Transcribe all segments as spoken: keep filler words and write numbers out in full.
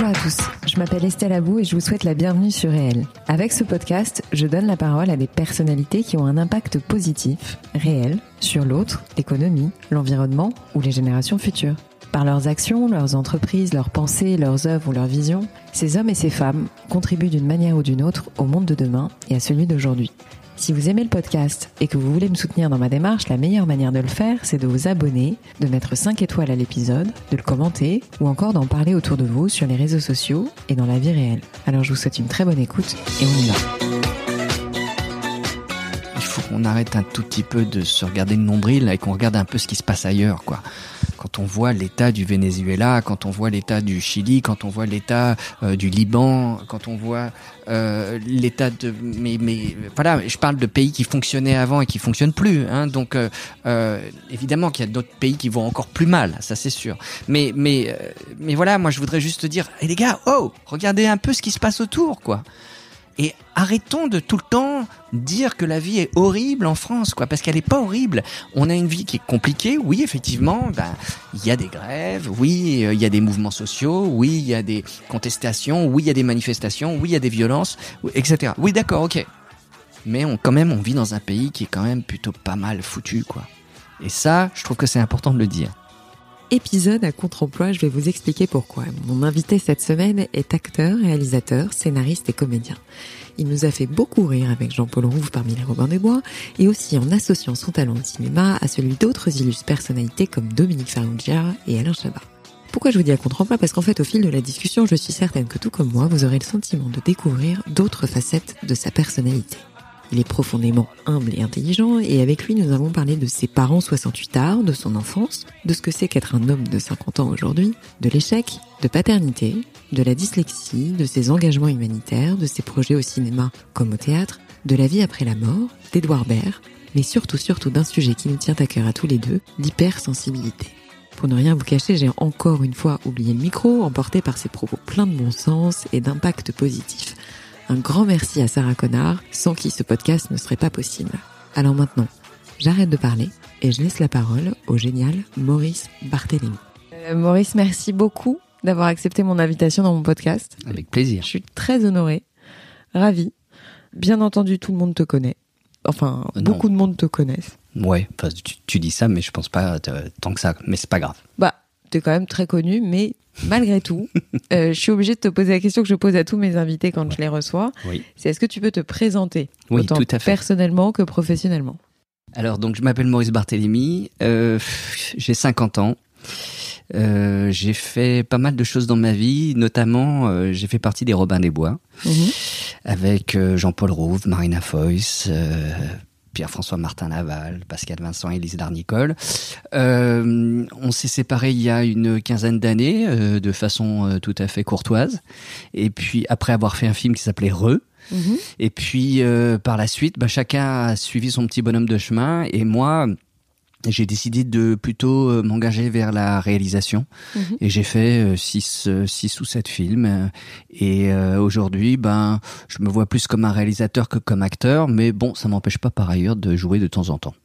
Bonjour à tous, je m'appelle Estelle Abou et je vous souhaite la bienvenue sur Réel. Avec ce podcast, je donne la parole à des personnalités qui ont un impact positif, réel, sur l'autre, l'économie, l'environnement ou les générations futures. Par leurs actions, leurs entreprises, leurs pensées, leurs œuvres ou leurs visions, ces hommes et ces femmes contribuent d'une manière ou d'une autre au monde de demain et à celui d'aujourd'hui. Si vous aimez le podcast et que vous voulez me soutenir dans ma démarche, la meilleure manière de le faire, c'est de vous abonner, de mettre cinq étoiles à l'épisode, de le commenter ou encore d'en parler autour de vous sur les réseaux sociaux et dans la vie réelle. Alors je vous souhaite une très bonne écoute et on y va. Il faut qu'on arrête un tout petit peu de se regarder le nombril et qu'on regarde un peu ce qui se passe ailleurs, quoi. Quand on voit l'état du Venezuela, quand on voit l'état du Chili, quand on voit l'état euh, du Liban, quand on voit euh, l'état de... Mais, mais voilà, je parle de pays qui fonctionnaient avant et qui fonctionnent plus. Hein, donc euh, euh, évidemment qu'il y a d'autres pays qui vont encore plus mal, ça c'est sûr. Mais, mais, euh, mais voilà, moi je voudrais juste dire, hey, les gars, oh, regardez un peu ce qui se passe autour, quoi. Et arrêtons de tout le temps dire que la vie est horrible en France, quoi, parce qu'elle est pas horrible. On a une vie qui est compliquée, oui, effectivement. Ben, il y a des grèves, oui, il y a des mouvements sociaux, oui, il y a des contestations, oui, il y a des manifestations, oui, il y a des violences, et cetera. Oui, d'accord, ok. Mais on, quand même, on vit dans un pays qui est quand même plutôt pas mal foutu, quoi. Et ça, je trouve que c'est important de le dire. Épisode à contre-emploi, je vais vous expliquer pourquoi. Mon invité cette semaine est acteur, réalisateur, scénariste et comédien. Il nous a fait beaucoup rire avec Jean-Paul Rouve parmi les Robins des Bois et aussi en associant son talent de cinéma à celui d'autres illustres personnalités comme Dominique Farrugia et Alain Chabat. Pourquoi je vous dis à contre-emploi ? Parce qu'en fait, au fil de la discussion, je suis certaine que tout comme moi, vous aurez le sentiment de découvrir d'autres facettes de sa personnalité. Il est profondément humble et intelligent et avec lui nous avons parlé de ses parents soixante-huit-ards, de son enfance, de ce que c'est qu'être un homme de cinquante ans aujourd'hui, de l'échec, de paternité, de la dyslexie, de ses engagements humanitaires, de ses projets au cinéma comme au théâtre, de la vie après la mort, d'Edouard Baird, mais surtout surtout d'un sujet qui nous tient à cœur à tous les deux, l'hypersensibilité. Pour ne rien vous cacher, j'ai encore une fois oublié le micro, emporté par ses propos pleins de bon sens et d'impact positif. Un grand merci à Sarah Connard, sans qui ce podcast ne serait pas possible. Alors maintenant, j'arrête de parler et je laisse la parole au génial Maurice Barthélémy. Euh, Maurice, merci beaucoup d'avoir accepté mon invitation dans mon podcast. Avec plaisir. Je suis très honorée, ravie. Bien entendu, tout le monde te connaît. Enfin, non. Beaucoup de monde te connaissent. Ouais, enfin, tu, tu dis ça, mais je pense pas tant que ça. Mais c'est pas grave. Bah, t'es quand même très connu, mais... Malgré tout, euh, je suis obligée de te poser la question que je pose à tous mes invités quand je les reçois. Oui. C'est est-ce que tu peux te présenter oui, autant tout à fait. personnellement que professionnellement ? Alors, donc, je m'appelle Maurice Barthélémy, euh, j'ai cinquante ans. Euh, j'ai fait pas mal de choses dans ma vie, notamment euh, j'ai fait partie des Robins des Bois, mmh. avec euh, Jean-Paul Rouve, Marina Foïs, euh, Pierre-François Martin Laval, Pascal Vincent et Lise Darnicole. Euh, on s'est séparés il y a une quinzaine d'années, euh, de façon euh, tout à fait courtoise. Et puis, après avoir fait un film qui s'appelait Re, mmh. et puis euh, par la suite, bah, chacun a suivi son petit bonhomme de chemin. Et moi, j'ai décidé de plutôt euh, m'engager vers la réalisation. Mmh. Et j'ai fait euh, six, euh, six ou sept films. Et euh, aujourd'hui, ben, je me vois plus comme un réalisateur que comme acteur. Mais bon, ça m'empêche pas par ailleurs de jouer de temps en temps.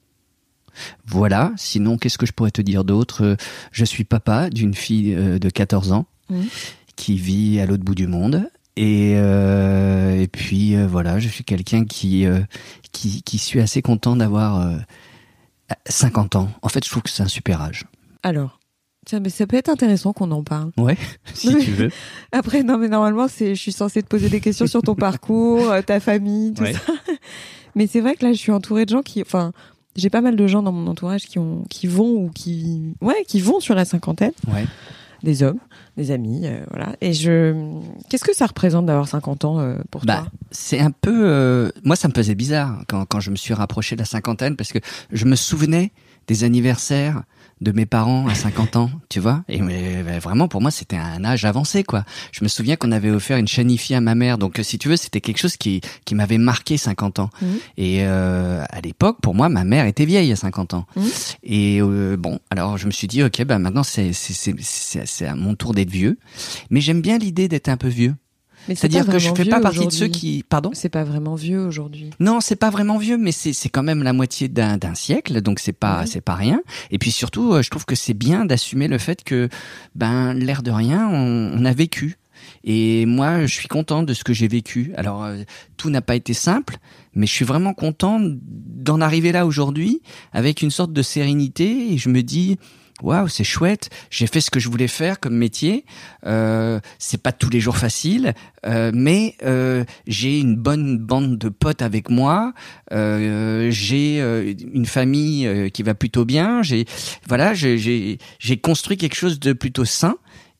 Voilà. Sinon, qu'est-ce que je pourrais te dire d'autre ? Je suis papa d'une fille euh, de quatorze ans mmh. qui vit à l'autre bout du monde. Et, euh, et puis, euh, voilà, je suis quelqu'un qui, euh, qui, qui suis assez content d'avoir... Euh, cinquante ans. En fait, je trouve que c'est un super âge. Alors, tiens, mais ça peut être intéressant qu'on en parle. Ouais, si tu veux. Après, non, mais normalement, c'est, je suis censée te poser des questions sur ton parcours, ta famille, tout ouais. ça. Mais c'est vrai que là, je suis entourée de gens qui, enfin, j'ai pas mal de gens dans mon entourage qui ont, qui vont ou qui, ouais, qui vont sur la cinquantaine. Ouais. Des hommes, des amis, euh, voilà. Et je, qu'est-ce que ça représente d'avoir cinquante ans euh, pour bah, toi ? C'est un peu, euh... moi ça me faisait bizarre quand quand je me suis rapproché de la cinquantaine parce que je me souvenais des anniversaires de mes parents à cinquante ans, tu vois. Et mais, mais vraiment pour moi c'était un âge avancé quoi. Je me souviens qu'on avait offert une chanifiée à ma mère, donc si tu veux c'était quelque chose qui qui m'avait marqué cinquante ans. Mmh. Et euh, à l'époque pour moi ma mère était vieille à cinquante ans. Mmh. Et euh, bon alors je me suis dit ok bah maintenant c'est c'est c'est c'est, c'est à mon tour d'être vieux, mais j'aime bien l'idée d'être un peu vieux. Mais c'est-à-dire que je fais pas partie de ceux qui... Pardon ? C'est pas vraiment vieux aujourd'hui. Non, c'est pas vraiment vieux, mais c'est, c'est quand même la moitié d'un, d'un siècle, donc c'est pas, ouais. c'est pas rien. Et puis surtout, je trouve que c'est bien d'assumer le fait que, ben, l'air de rien, on, on a vécu. Et moi, je suis content de ce que j'ai vécu. Alors, euh, tout n'a pas été simple, mais je suis vraiment content d'en arriver là aujourd'hui avec une sorte de sérénité. Et je me dis, waouh, c'est chouette. J'ai fait ce que je voulais faire comme métier. Euh, c'est pas tous les jours facile, euh, mais euh, j'ai une bonne bande de potes avec moi. Euh, j'ai euh, une famille euh, qui va plutôt bien. J'ai, voilà, j'ai, j'ai, j'ai construit quelque chose de plutôt sain.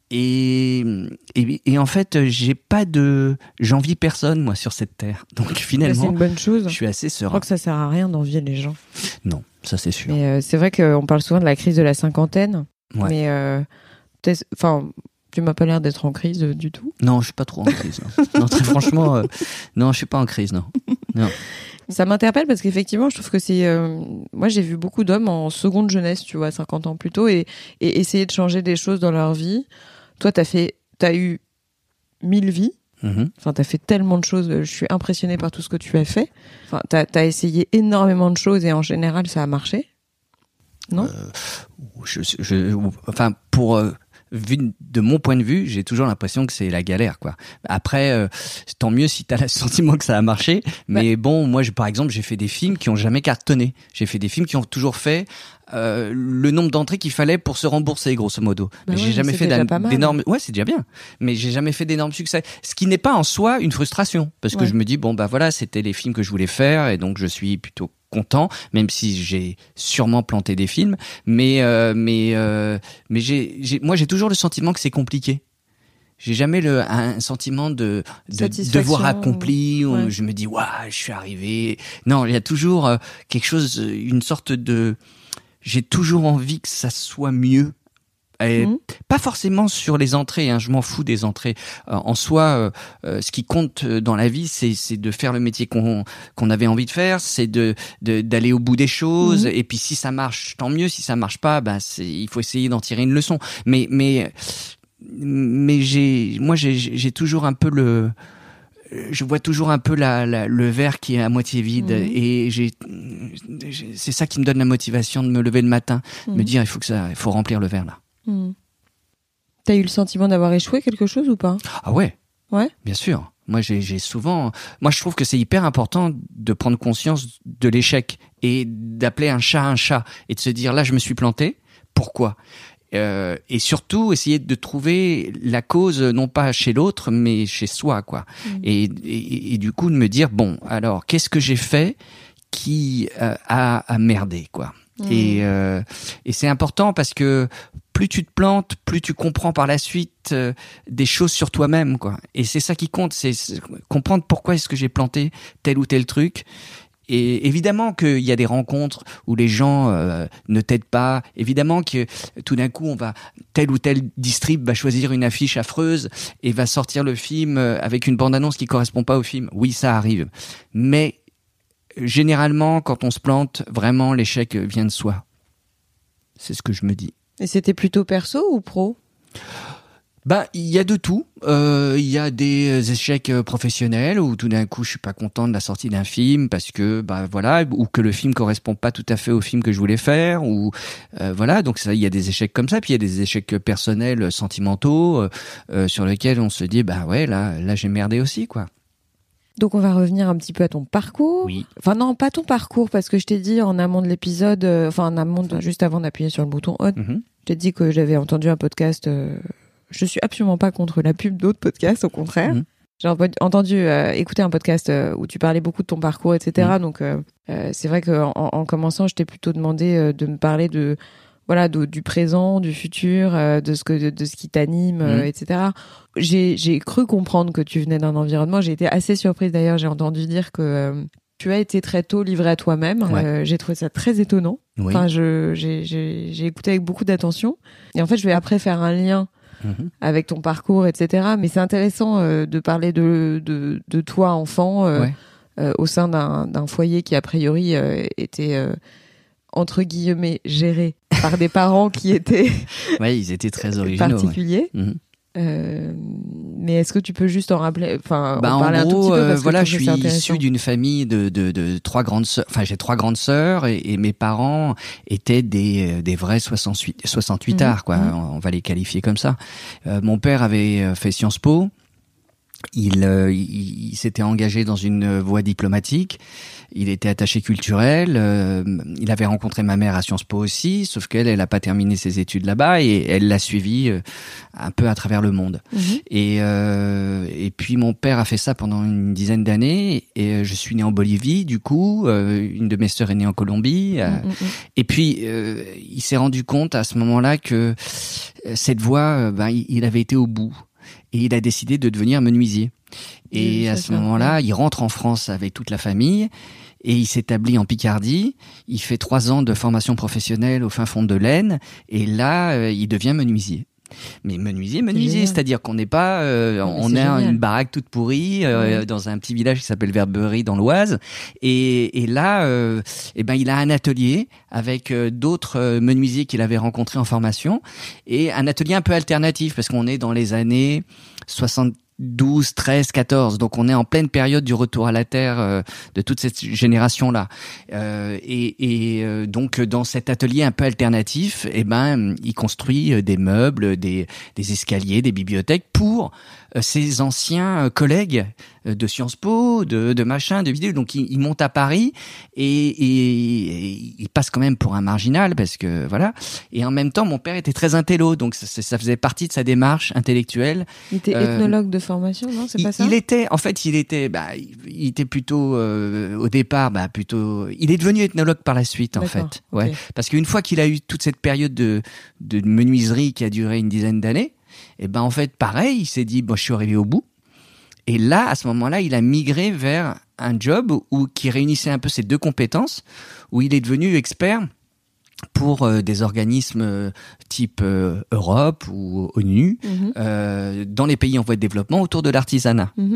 Et, et, et en fait, j'ai pas de, j'envie personne moi sur cette terre. Donc finalement, c'est une bonne chose. Je suis assez serein. Je crois que ça sert à rien d'envier les gens. Non, ça c'est sûr. Mais euh, c'est vrai qu'on parle souvent de la crise de la cinquantaine. Ouais. Mais euh, enfin, tu m'as pas l'air d'être en crise euh, du tout. Non, je suis pas trop en crise. Non, non très franchement, euh, non, je suis pas en crise, non. Non. Ça m'interpelle parce qu'effectivement, je trouve que c'est... Euh, moi, j'ai vu beaucoup d'hommes en seconde jeunesse, tu vois, cinquante ans plus tôt, et, et essayer de changer des choses dans leur vie. Toi, t'as fait, t'as eu mille vies. Mm-hmm. Enfin, t'as fait tellement de choses. Je suis impressionnée par tout ce que tu as fait. Enfin, t'as, t'as essayé énormément de choses et en général, ça a marché. Non? euh, je, je, Enfin, pour... Euh... Vu de mon point de vue, j'ai toujours l'impression que c'est la galère, quoi. Après, euh, tant mieux si t'as le sentiment que ça a marché. Mais bah. bon, moi, je, par exemple, j'ai fait des films qui ont jamais cartonné. J'ai fait des films qui ont toujours fait euh, le nombre d'entrées qu'il fallait pour se rembourser, grosso modo. Bah j'ai ouais, jamais fait d'énormes. Ouais, c'est déjà bien. Mais j'ai jamais fait d'énormes succès. Ce qui n'est pas en soi une frustration, parce que ouais. je me dis bon bah voilà, c'était les films que je voulais faire, et donc je suis plutôt content, même si j'ai sûrement planté des films, mais euh, mais euh, mais j'ai, j'ai moi j'ai toujours le sentiment que c'est compliqué. J'ai jamais le un sentiment de, de devoir accompli où ouais. je me dis waouh, je suis arrivé. Non, il y a toujours euh, quelque chose, une sorte de j'ai toujours envie que ça soit mieux. Et mmh. Pas forcément sur les entrées, hein, je m'en fous des entrées. Euh, en soi, euh, euh, ce qui compte dans la vie, c'est, c'est de faire le métier qu'on, qu'on avait envie de faire, c'est de, de d'aller au bout des choses. Mmh. Et puis si ça marche, tant mieux. Si ça marche pas, ben c'est, il faut essayer d'en tirer une leçon. Mais mais mais j'ai, moi j'ai, j'ai toujours un peu le je vois toujours un peu la, la, le verre qui est à moitié vide mmh. et j'ai, j'ai, c'est ça qui me donne la motivation de me lever le matin, mmh. me dire il faut que ça, il faut remplir le verre là. Mmh. T'as eu le sentiment d'avoir échoué quelque chose ou pas ? Ah ouais. Ouais. Bien sûr. Moi j'ai, j'ai souvent, moi je trouve que c'est hyper important de prendre conscience de l'échec et d'appeler un chat un chat et de se dire là je me suis planté. Pourquoi ? Euh, et surtout essayer de trouver la cause non pas chez l'autre mais chez soi quoi. Mmh. Et, et, et du coup de me dire bon alors qu'est-ce que j'ai fait qui euh, a, a merdé quoi. Mmh. Et, euh, et c'est important parce que plus tu te plantes, plus tu comprends par la suite euh, des choses sur toi-même quoi. Et c'est ça qui compte, c'est, c'est comprendre pourquoi est-ce que j'ai planté tel ou tel truc. Et évidemment qu'il y a des rencontres où les gens euh, ne t'aident pas. Évidemment que tout d'un coup, on va tel ou tel distrib va choisir une affiche affreuse et va sortir le film avec une bande-annonce qui correspond pas au film. Oui, ça arrive. Mais généralement, quand on se plante, vraiment, l'échec vient de soi. C'est ce que je me dis. Et c'était plutôt perso ou pro ? Bah, il y a de tout. Euh, il y a des échecs professionnels où tout d'un coup je suis pas content de la sortie d'un film parce que bah voilà, ou que le film correspond pas tout à fait au film que je voulais faire, ou euh, voilà. Donc ça, il y a des échecs comme ça. Puis il y a des échecs personnels, sentimentaux, euh, sur lesquels on se dit bah ouais là, là j'ai merdé aussi quoi. Donc on va revenir un petit peu à ton parcours. Oui. Enfin non, pas ton parcours parce que je t'ai dit en amont de l'épisode, euh, enfin en amont de, juste avant d'appuyer sur le bouton on, mm-hmm. je t'ai dit que j'avais entendu un podcast. Euh, Je suis absolument pas contre la pub d'autres podcasts, au contraire. Mmh. J'ai entendu euh, écouter un podcast euh, où tu parlais beaucoup de ton parcours, et cetera. Mmh. Donc, euh, euh, c'est vrai qu'en en commençant, je t'ai plutôt demandé euh, de me parler de, voilà, de, du présent, du futur, euh, de ce que, de, de ce qui t'anime, mmh. euh, et cetera. J'ai, j'ai cru comprendre que tu venais d'un environnement. J'ai été assez surprise d'ailleurs. J'ai entendu dire que euh, tu as été très tôt livré à toi-même. Ouais. Euh, j'ai trouvé ça très étonnant. Oui. Enfin, je, j'ai, j'ai, j'ai écouté avec beaucoup d'attention. Et en fait, je vais après faire un lien. Mmh. Avec ton parcours, et cetera. Mais c'est intéressant euh, de parler de, de, de toi, enfant, euh, ouais. euh, au sein d'un, d'un foyer qui, a priori, euh, était, euh, entre guillemets, géré par des parents qui étaient... Ouais, ils étaient très originaux. Particuliers. Ouais. Mmh. Euh, Mais est-ce que tu peux juste en rappeler, enfin, bah, en parler en gros, un tout petit peu parce euh, que voilà, je je suis issu d'une famille de, de, de trois grandes sœurs. Enfin, j'ai trois grandes sœurs et, et mes parents étaient des, des vrais soixante-huit, soixante-huitards, quoi. Mmh. On va les qualifier comme ça. Euh, mon père avait fait Sciences Po. Il, euh, il, il s'était engagé dans une voie diplomatique. Il était attaché culturel. Euh, il avait rencontré ma mère à Sciences Po aussi, sauf qu'elle, elle a pas terminé ses études là-bas et elle l'a suivi euh, un peu à travers le monde. Mmh. Et, euh, et puis mon père a fait ça pendant une dizaine d'années. Et je suis né en Bolivie, du coup. Euh, une de mes sœurs est née en Colombie. Euh, mmh. Et puis euh, il s'est rendu compte à ce moment-là que cette voie, ben, il avait été au bout. Et il a décidé de devenir menuisier. Et oui, à ce moment-là, ouais. il rentre en France avec toute la famille et il s'établit en Picardie. Il fait trois ans de formation professionnelle au fin fond de l'Aisne et là, euh, il devient menuisier. Mais menuisier, menuisier, c'est c'est-à-dire qu'on n'est pas, euh, on a génial. Une baraque toute pourrie euh, ouais. dans un petit village qui s'appelle Verberie dans l'Oise, et, et là, euh, eh ben il a un atelier avec euh, d'autres euh, menuisiers qu'il avait rencontrés en formation, et un atelier un peu alternatif parce qu'on est dans les années soixante-douze, treize, quatorze, donc on est en pleine période du retour à la terre euh, de toute cette génération-là. Euh, et et euh, donc dans cet atelier un peu alternatif, eh ben il construit des meubles, des des escaliers, des bibliothèques pour euh, ses anciens collègues de Sciences Po, de de machin, de vidéo. Donc il, il monte à Paris et, et, et il passe quand même pour un marginal parce que voilà. Et en même temps, mon père était très intello, donc ça, ça faisait partie de sa démarche intellectuelle. Il était ethnologue euh, de formation, non? C'est il, pas ça? Il était, en fait, il était, bah, il était plutôt euh, au départ, bah, plutôt. Il est devenu ethnologue par la suite, en D'accord, fait. Ouais, okay. Parce qu'une fois qu'il a eu toute cette période de de menuiserie qui a duré une dizaine d'années, et ben en fait, pareil, il s'est dit, bon, je suis arrivé au bout. Et là, à ce moment-là, il a migré vers un job où qui réunissait un peu ces deux compétences, où il est devenu expert pour euh, des organismes euh, type euh, Europe ou ONU, mmh. euh, dans les pays en voie de développement autour de l'artisanat. Mmh.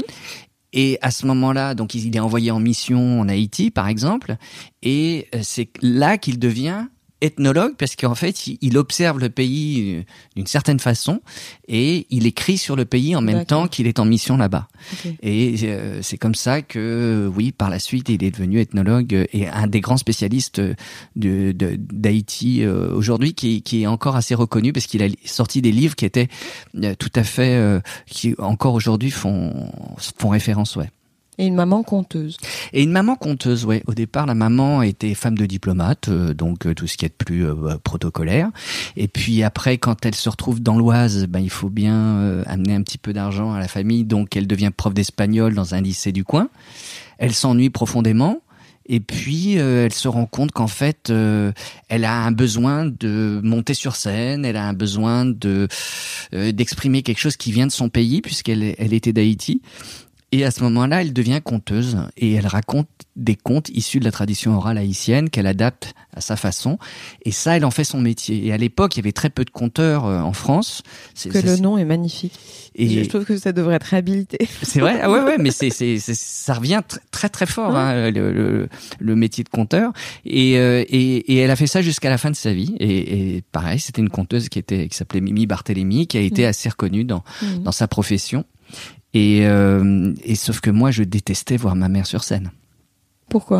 Et à ce moment-là, donc il est envoyé en mission en Haïti, par exemple, et c'est là qu'il devient ethnologue parce qu'en fait, il observe le pays d'une certaine façon et il écrit sur le pays en même D'accord. temps qu'il est en mission là-bas. Okay. Et euh, c'est comme ça que, oui, par la suite, il est devenu ethnologue et un des grands spécialistes de, de, d'Haïti euh, aujourd'hui, qui, qui est encore assez reconnu parce qu'il a sorti des livres qui étaient euh, tout à fait, euh, qui encore aujourd'hui font, font référence, ouais. Et une maman conteuse. Et une maman conteuse, ouais. Au départ, la maman était femme de diplomate, euh, donc euh, tout ce qui est de plus euh, protocolaire. Et puis après, quand elle se retrouve dans l'Oise, ben il faut bien euh, amener un petit peu d'argent à la famille, donc elle devient prof d'espagnol dans un lycée du coin. Elle s'ennuie profondément. Et puis, euh, elle se rend compte qu'en fait, euh, elle a un besoin de monter sur scène, elle a un besoin de euh, d'exprimer quelque chose qui vient de son pays, puisqu'elle elle était d'Haïti. Et à ce moment-là, elle devient conteuse et elle raconte des contes issus de la tradition orale haïtienne qu'elle adapte à sa façon. Et ça, elle en fait son métier. Et à l'époque, il y avait très peu de conteurs euh, en France. C'est, que le nom est magnifique. Et je trouve que ça devrait être réhabilité. C'est vrai, ah ouais, ouais, mais c'est, c'est, c'est ça revient tr- très, très fort, ouais. hein, le, le, le métier de conteur. Et, euh, et, et elle a fait ça jusqu'à la fin de sa vie. Et, et pareil, c'était une conteuse qui était, qui s'appelait Mimi Barthélémy, qui a été mmh. assez reconnue dans, mmh. dans sa profession. Et, euh, et sauf que moi, je détestais voir ma mère sur scène. Pourquoi ?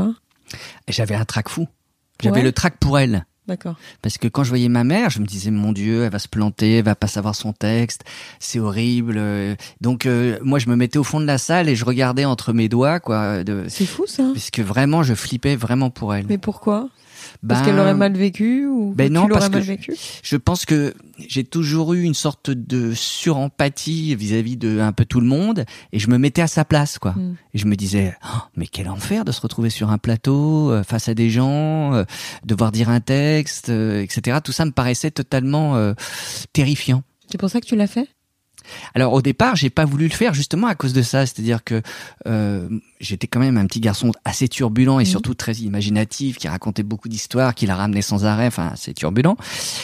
J'avais un trac fou. J'avais ouais. le trac pour elle. D'accord. Parce que quand je voyais ma mère, je me disais, mon Dieu, elle va se planter, elle va pas savoir son texte, c'est horrible. Donc euh, moi, je me mettais au fond de la salle et je regardais entre mes doigts, quoi. De... C'est fou ça. Parce que vraiment, je flippais vraiment pour elle. Mais pourquoi ? Parce ben, qu'elle l'aurait mal vécu ou ben tu non, l'aurais parce mal que vécu ? Je pense que j'ai toujours eu une sorte de surempathie vis-à-vis de un peu tout le monde et je me mettais à sa place, quoi. Mm. Et je me disais, oh, mais quel enfer de se retrouver sur un plateau euh, face à des gens, euh, devoir dire un texte, euh, et cetera. Tout ça me paraissait totalement euh, terrifiant. C'est pour ça que tu l'as fait ? Alors au départ, j'ai pas voulu le faire justement à cause de ça, c'est-à-dire que euh, j'étais quand même un petit garçon assez turbulent et mmh. surtout très imaginatif, qui racontait beaucoup d'histoires, qui la ramenait sans arrêt, enfin c'est turbulent.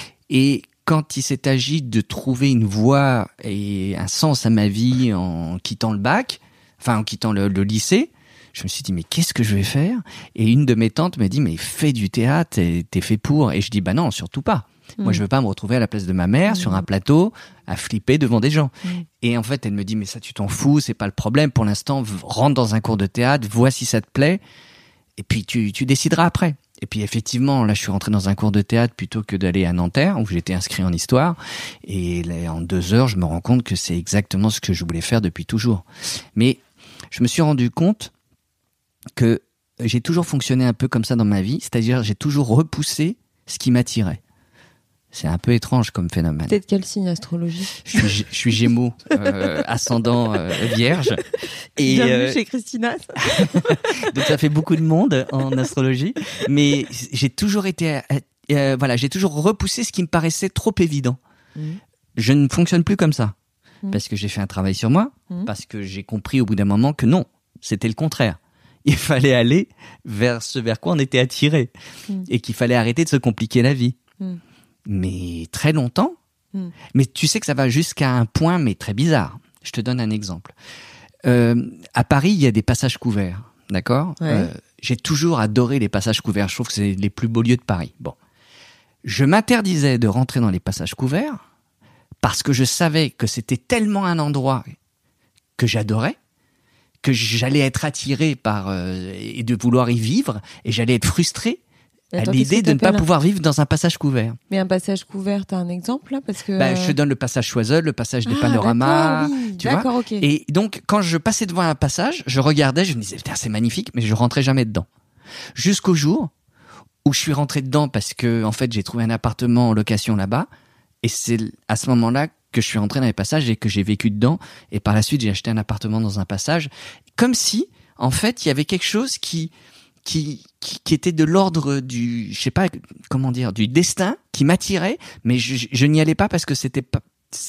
Et quand il s'est agi de trouver une voie et un sens à ma vie en quittant le bac, enfin en quittant le, le lycée, Je me suis dit, mais qu'est-ce que je vais faire? Et une de mes tantes me dit, mais fais du théâtre, t'es, t'es fait pour. Et je dis, bah non, surtout pas. Mmh. Moi, je veux pas me retrouver à la place de ma mère, mmh. sur un plateau, à flipper devant des gens. Mmh. Et en fait, elle me dit, mais ça, tu t'en fous, c'est pas le problème. Pour l'instant, rentre dans un cours de théâtre, vois si ça te plaît. Et puis, tu, tu décideras après. Et puis, effectivement, là, je suis rentré dans un cours de théâtre plutôt que d'aller à Nanterre, où j'étais inscrit en histoire. Et là, en deux heures, je me rends compte que c'est exactement ce que je voulais faire depuis toujours. Mais je me suis rendu compte que j'ai toujours fonctionné un peu comme ça dans ma vie. C'est-à-dire, j'ai toujours repoussé ce qui m'attirait. C'est un peu étrange comme phénomène. Peut-être quel signe astrologie? Je suis, je suis Gémeaux, euh, ascendant euh, Vierge. Et bienvenue euh, chez Christina. Donc ça fait beaucoup de monde en astrologie, mais j'ai toujours été, euh, voilà, j'ai toujours repoussé ce qui me paraissait trop évident. Mmh. Je ne fonctionne plus comme ça mmh. parce que j'ai fait un travail sur moi, mmh. parce que j'ai compris au bout d'un moment que non, c'était le contraire. Il fallait aller vers ce vers quoi on était attiré mmh. et qu'il fallait arrêter de se compliquer la vie. Mmh. Mais très longtemps. Mm. Mais tu sais que ça va jusqu'à un point, mais très bizarre. Je te donne un exemple. Euh, à Paris, il y a des passages couverts, d'accord ? Ouais. euh, J'ai toujours adoré les passages couverts. Je trouve que c'est les plus beaux lieux de Paris. Bon, je m'interdisais de rentrer dans les passages couverts parce que je savais que c'était tellement un endroit que j'adorais que j'allais être attiré par euh, et de vouloir y vivre et j'allais être frustré. Attends, à l'idée de ne pas pouvoir vivre dans un passage couvert. Mais un passage couvert, t'as un exemple là parce que bah, je te donne le passage Choiseul, le passage des ah, panoramas, d'accord, oui, tu d'accord, vois. Ok. Et donc quand je passais devant un passage, je regardais, je me disais putain c'est magnifique, mais je rentrais jamais dedans. Jusqu'au jour où je suis rentré dedans parce que en fait j'ai trouvé un appartement en location là-bas, et c'est à ce moment-là que je suis rentré dans les passages et que j'ai vécu dedans. Et par la suite j'ai acheté un appartement dans un passage, comme si en fait il y avait quelque chose qui Qui, qui, qui était de l'ordre du, je sais pas comment dire, du destin qui m'attirait, mais je, je n'y allais pas parce que c'était pas,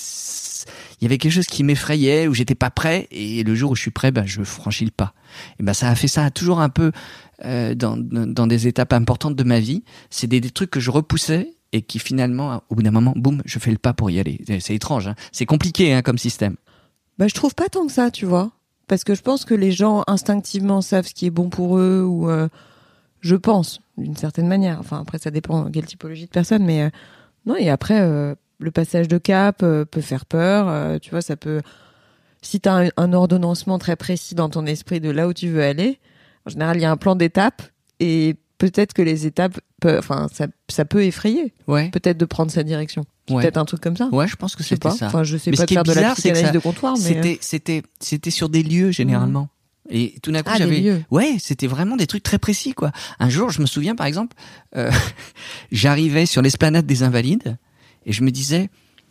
il y avait quelque chose qui m'effrayait ou j'étais pas prêt, et le jour où je suis prêt, ben je franchis le pas. Et ben ça a fait ça toujours un peu euh, dans dans des étapes importantes de ma vie. C'est des, des trucs que je repoussais et qui finalement, au bout d'un moment, boum, je fais le pas pour y aller. C'est étrange, hein. C'est compliqué hein, comme système. Bah je trouve pas tant que ça, tu vois. Parce que je pense que les gens instinctivement savent ce qui est bon pour eux, ou euh, je pense d'une certaine manière. Enfin après ça dépend de quelle typologie de personne, mais euh, non. Et après euh, le passage de cap euh, peut faire peur. Euh, tu vois, ça peut. Si t'as un, un ordonnancement très précis dans ton esprit de là où tu veux aller, en général il y a un plan d'étapes et peut-être que les étapes, peuvent, enfin ça, ça peut effrayer. Ouais. Peut-être de prendre sa direction. Ouais. Peut-être un truc comme ça. Ouais, je pense que c'était pas. ça. Enfin, je sais mais pas de faire bizarre, de la psychanalyse ça, de comptoir, mais c'était, c'était, c'était sur des lieux généralement. Mmh. Et tout d'un coup, ah, j'avais, ouais, c'était vraiment des trucs très précis, quoi. Un jour, je me souviens, par exemple, euh, j'arrivais sur l'esplanade des Invalides et je me disais,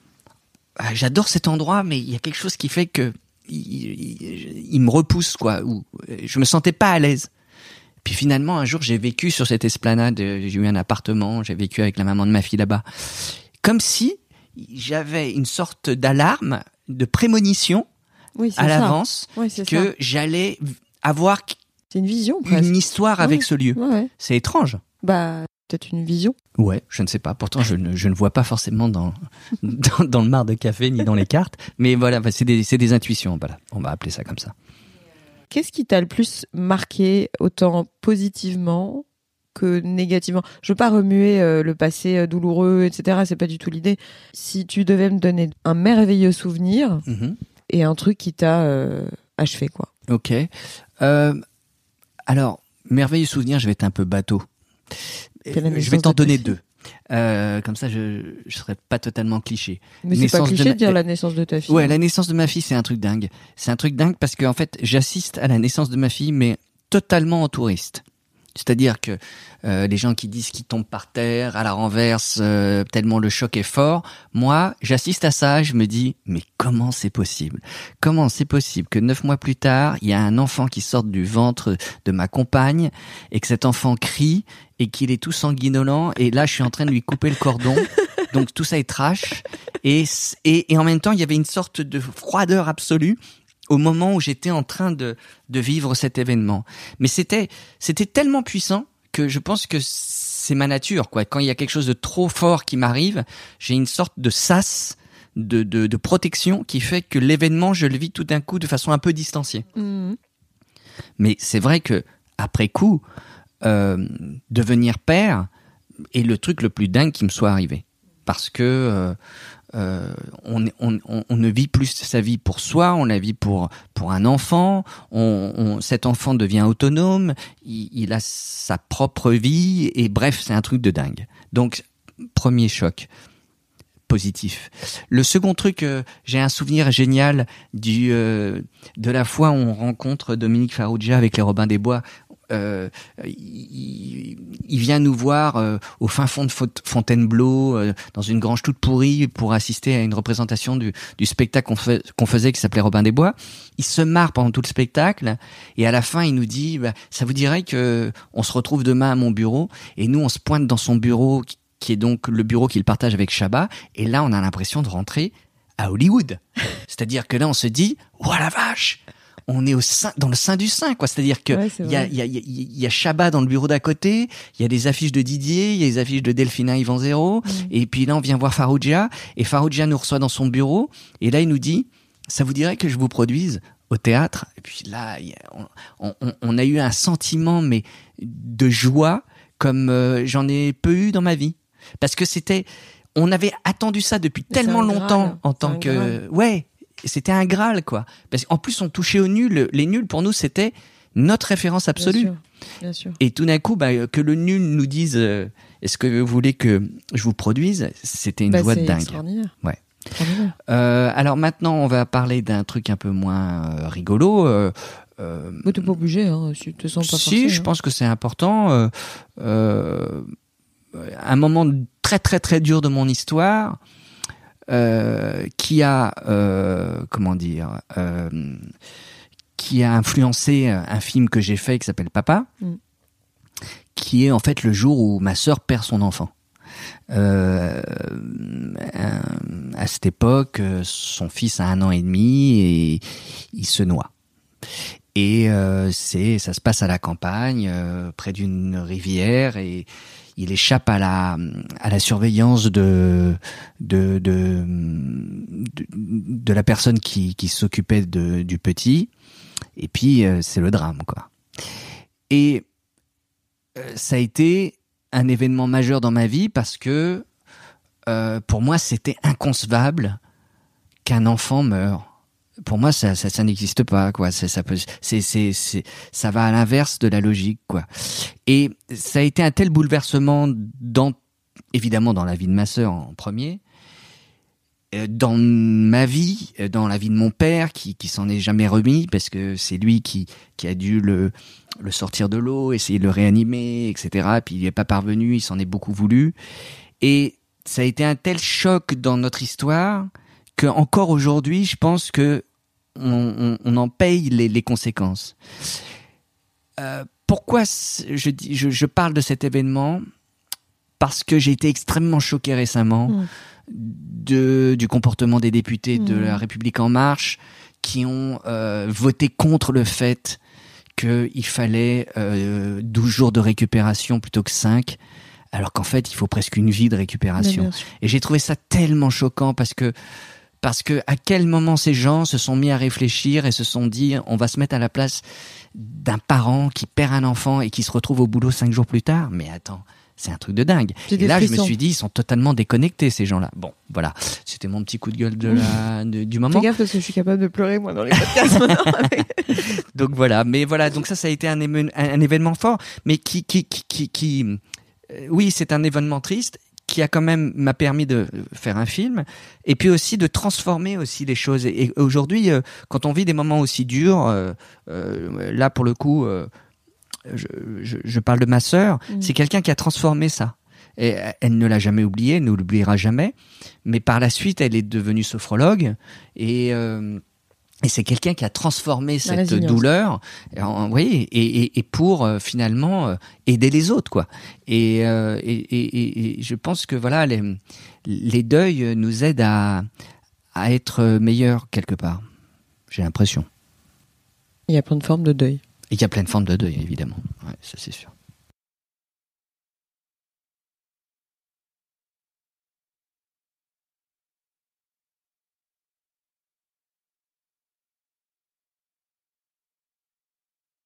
ah, j'adore cet endroit, mais il y a quelque chose qui fait que il, il, il me repousse, quoi. Ou je me sentais pas à l'aise. Puis finalement, un jour, j'ai vécu sur cette esplanade, j'ai eu un appartement, j'ai vécu avec la maman de ma fille là-bas. Comme si j'avais une sorte d'alarme, de prémonition oui, à l'avance oui, que ça. J'allais avoir c'est une vision, presque. Une histoire ouais. avec ce lieu. Ouais, ouais. C'est étrange. Bah, peut-être une vision. Ouais, je ne sais pas. Pourtant, je ne, je ne vois pas forcément dans, dans, dans le mar de café ni dans les cartes. Mais voilà, c'est des, c'est des intuitions. Voilà, on va appeler ça comme ça. Qu'est-ce qui t'a le plus marqué, autant positivement que négativement? Je veux pas remuer euh, le passé euh, douloureux, et cetera. C'est pas du tout l'idée. Si tu devais me donner un merveilleux souvenir mm-hmm. et un truc qui t'a euh, achevé, quoi. Ok. Euh, alors, merveilleux souvenir, je vais être un peu bateau. Je vais t'en donner deux. Euh, comme ça, je je serais pas totalement cliché. Mais c'est pas cliché de, ma... de dire la naissance de ta fille. Ouais, la naissance de ma fille, c'est un truc dingue. C'est un truc dingue parce que en fait, j'assiste à la naissance de ma fille, mais totalement en touriste. C'est-à-dire que euh, les gens qui disent qu'ils tombent par terre, à la renverse, euh, tellement le choc est fort, moi, j'assiste à ça, je me dis, mais comment c'est possible ? Comment c'est possible que neuf mois plus tard, il y a un enfant qui sort du ventre de ma compagne et que cet enfant crie et qu'il est tout sanguinolent et là, je suis en train de lui couper le cordon. Donc tout ça est trash. Et, et, et en même temps, il y avait une sorte de froideur absolue au moment où j'étais en train de, de vivre cet événement. Mais c'était, c'était tellement puissant que je pense que c'est ma nature, quoi. Quand il y a quelque chose de trop fort qui m'arrive, j'ai une sorte de sas, de, de, de protection qui fait que l'événement, je le vis tout d'un coup de façon un peu distanciée. Mmh. Mais c'est vrai que après coup, euh, devenir père est le truc le plus dingue qui me soit arrivé. Parce que euh, euh, on, on, on, on ne vit plus sa vie pour soi, on la vit pour, pour un enfant. On, on, cet enfant devient autonome, il, il a sa propre vie, et bref, c'est un truc de dingue. Donc, premier choc positif. Le second truc, euh, j'ai un souvenir génial du euh, de la fois où on rencontre Dominique Farrugia avec les Robins des Bois. Euh, il, il vient nous voir euh, au fin fond de Fontainebleau, euh, dans une grange toute pourrie, pour assister à une représentation du, du spectacle qu'on, fait, qu'on faisait, qui s'appelait Robins des Bois. Il se marre pendant tout le spectacle, et à la fin, il nous dit bah, « ça vous dirait que on se retrouve demain à mon bureau ?» Et nous, on se pointe dans son bureau, qui, qui est donc le bureau qu'il partage avec Chabat, et là, on a l'impression de rentrer à Hollywood. C'est-à-dire que là, on se dit « oh la vache !» On est au sein, dans le sein du sein, quoi. C'est-à-dire que ouais, il y a, il y a, il y a Chabat dans le bureau d'à côté, il y a des affiches de Didier, il y a des affiches de Delphina Yvan Zéro, mmh. et puis là, on vient voir Farrugia, et Farrugia nous reçoit dans son bureau, et là, il nous dit, ça vous dirait que je vous produise au théâtre? Et puis là, on, on, on a eu un sentiment, mais de joie, comme euh, j'en ai peu eu dans ma vie. Parce que c'était, on avait attendu ça depuis mais tellement longtemps, Graal. en tant que, Graal. ouais. C'était un Graal, quoi. Parce qu'en plus, on touchait aux nuls. Les nuls, pour nous, c'était notre référence absolue. Bien sûr, bien sûr. Et tout d'un coup, bah, que le nul nous dise euh, « est-ce que vous voulez que je vous produise ?» C'était une bah, joie de dingue. Extraordinaire. Ouais. Extraordinaire. Euh, alors maintenant, on va parler d'un truc un peu moins euh, rigolo. Euh, euh, Mais t'es pas obligé, hein, si tu te sens pas Si, forcé, je hein. pense que c'est important. Euh, euh, un moment très, très, très dur de mon histoire... Euh, qui a euh, comment dire euh, qui a influencé un film que j'ai fait qui s'appelle Papa, mm. qui est en fait le jour où ma sœur perd son enfant. Euh, à cette époque, son fils a un an et demi et il se noie. Et euh, c'est ça se passe à la campagne, euh, près d'une rivière, et il échappe à la à la surveillance de de de de, de la personne qui qui s'occupait de du petit, et puis euh, c'est le drame, quoi. Et euh, ça a été un événement majeur dans ma vie parce que euh, pour moi c'était inconcevable qu'un enfant meure. Pour moi, ça, ça, ça n'existe pas, quoi. Ça, ça peut, c'est, c'est, c'est, ça va à l'inverse de la logique, quoi. Et ça a été un tel bouleversement dans, évidemment, dans la vie de ma sœur en premier, dans ma vie, dans la vie de mon père, qui, qui s'en est jamais remis, parce que c'est lui qui, qui a dû le, le sortir de l'eau, essayer de le réanimer, et cetera. Puis il n'y est pas parvenu, il s'en est beaucoup voulu. Et ça a été un tel choc dans notre histoire que encore aujourd'hui, je pense que On, on, on en paye les, les conséquences. Euh, pourquoi je, je, je parle de cet événement? Parce que j'ai été extrêmement choqué récemment mmh. de, du comportement des députés mmh. de La République En Marche qui ont euh, voté contre le fait qu'il fallait euh, douze jours de récupération plutôt que cinq, alors qu'en fait, il faut presque une vie de récupération. Et j'ai trouvé ça tellement choquant parce que Parce que à quel moment ces gens se sont mis à réfléchir et se sont dit on va se mettre à la place d'un parent qui perd un enfant et qui se retrouve au boulot cinq jours plus tard. Mais attends, c'est un truc de dingue. Et là, frissons. Je me suis dit, ils sont totalement déconnectés, ces gens-là. Bon, voilà. C'était mon petit coup de gueule de la, de, du moment. Fais gaffe parce que je suis capable de pleurer, moi, dans les podcasts. Donc voilà. Mais voilà. Donc ça, ça a été un, éme, un, un événement fort, mais qui, qui, qui, qui, qui euh, oui, c'est un événement triste, qui a quand même m'a permis de faire un film, et puis aussi de transformer aussi les choses. Et, et aujourd'hui, euh, quand on vit des moments aussi durs, euh, euh, là pour le coup, euh, je, je, je parle de ma sœur, mmh. c'est quelqu'un qui a transformé ça. Et elle ne l'a jamais oublié, elle ne l'oubliera jamais. Mais par la suite, elle est devenue sophrologue, et euh, Et c'est quelqu'un qui a transformé cette douleur, en, oui, et, et, et pour euh, finalement euh, aider les autres, quoi. Et, euh, et, et, et je pense que voilà, les, les deuils nous aident à, à être meilleurs quelque part. J'ai l'impression. Il y a plein de formes de deuil. Et il y a plein de formes de deuil, évidemment. Ouais, ça c'est sûr.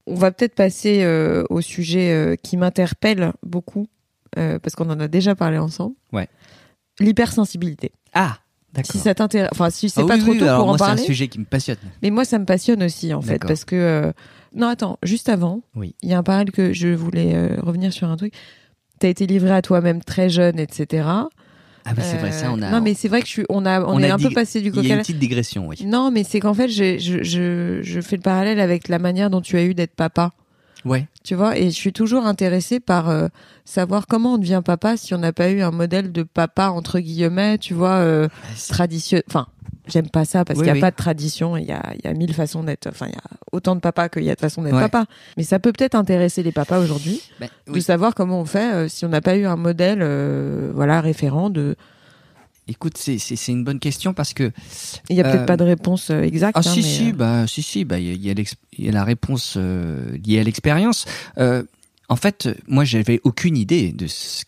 on va peut-être passer euh, au sujet euh, qui m'interpelle beaucoup, euh, parce qu'on en a déjà parlé ensemble. Ouais. L'hypersensibilité. Ah, d'accord. Si ça t'intéresse, enfin, si c'est ah, pas oui, trop oui, tôt alors pour moi, en parler. C'est un sujet qui me passionne. Mais moi, ça me passionne aussi, en fait, D'accord. parce que. Euh... Non, attends, juste avant, il oui. y a un parallèle que je voulais euh, revenir sur un truc. T'as été livré à toi-même très jeune, et cetera. Ah oui, c'est vrai, ça, on a. Non, mais c'est vrai que je suis, on a, on, on est a un dig... peu passé du coq à l'âne. Il y a une petite digression, oui. Non, mais c'est qu'en fait, je, je, je, je fais le parallèle avec la manière dont tu as eu d'être papa. Ouais. Tu vois, et je suis toujours intéressée par euh, savoir comment on devient papa si on n'a pas eu un modèle de papa entre guillemets, tu vois, euh, traditionnel. Enfin, j'aime pas ça parce oui, qu'il n'y a oui. pas de tradition. Il y a, il y a mille façons d'être. Enfin, il y a autant de papas qu'il y a de façons d'être ouais. papa. Mais ça peut peut-être intéresser les papas aujourd'hui ben, oui. de savoir comment on fait euh, si on n'a pas eu un modèle, euh, voilà, référent de. Écoute, c'est, c'est, c'est une bonne question parce que... Il n'y a euh, peut-être pas de réponse euh, exacte. Ah hein, si, mais si, euh... bah, si, si, bah, il y a, y, y a la réponse euh, liée à l'expérience. Euh, en fait, moi, j'avais aucune idée de ce,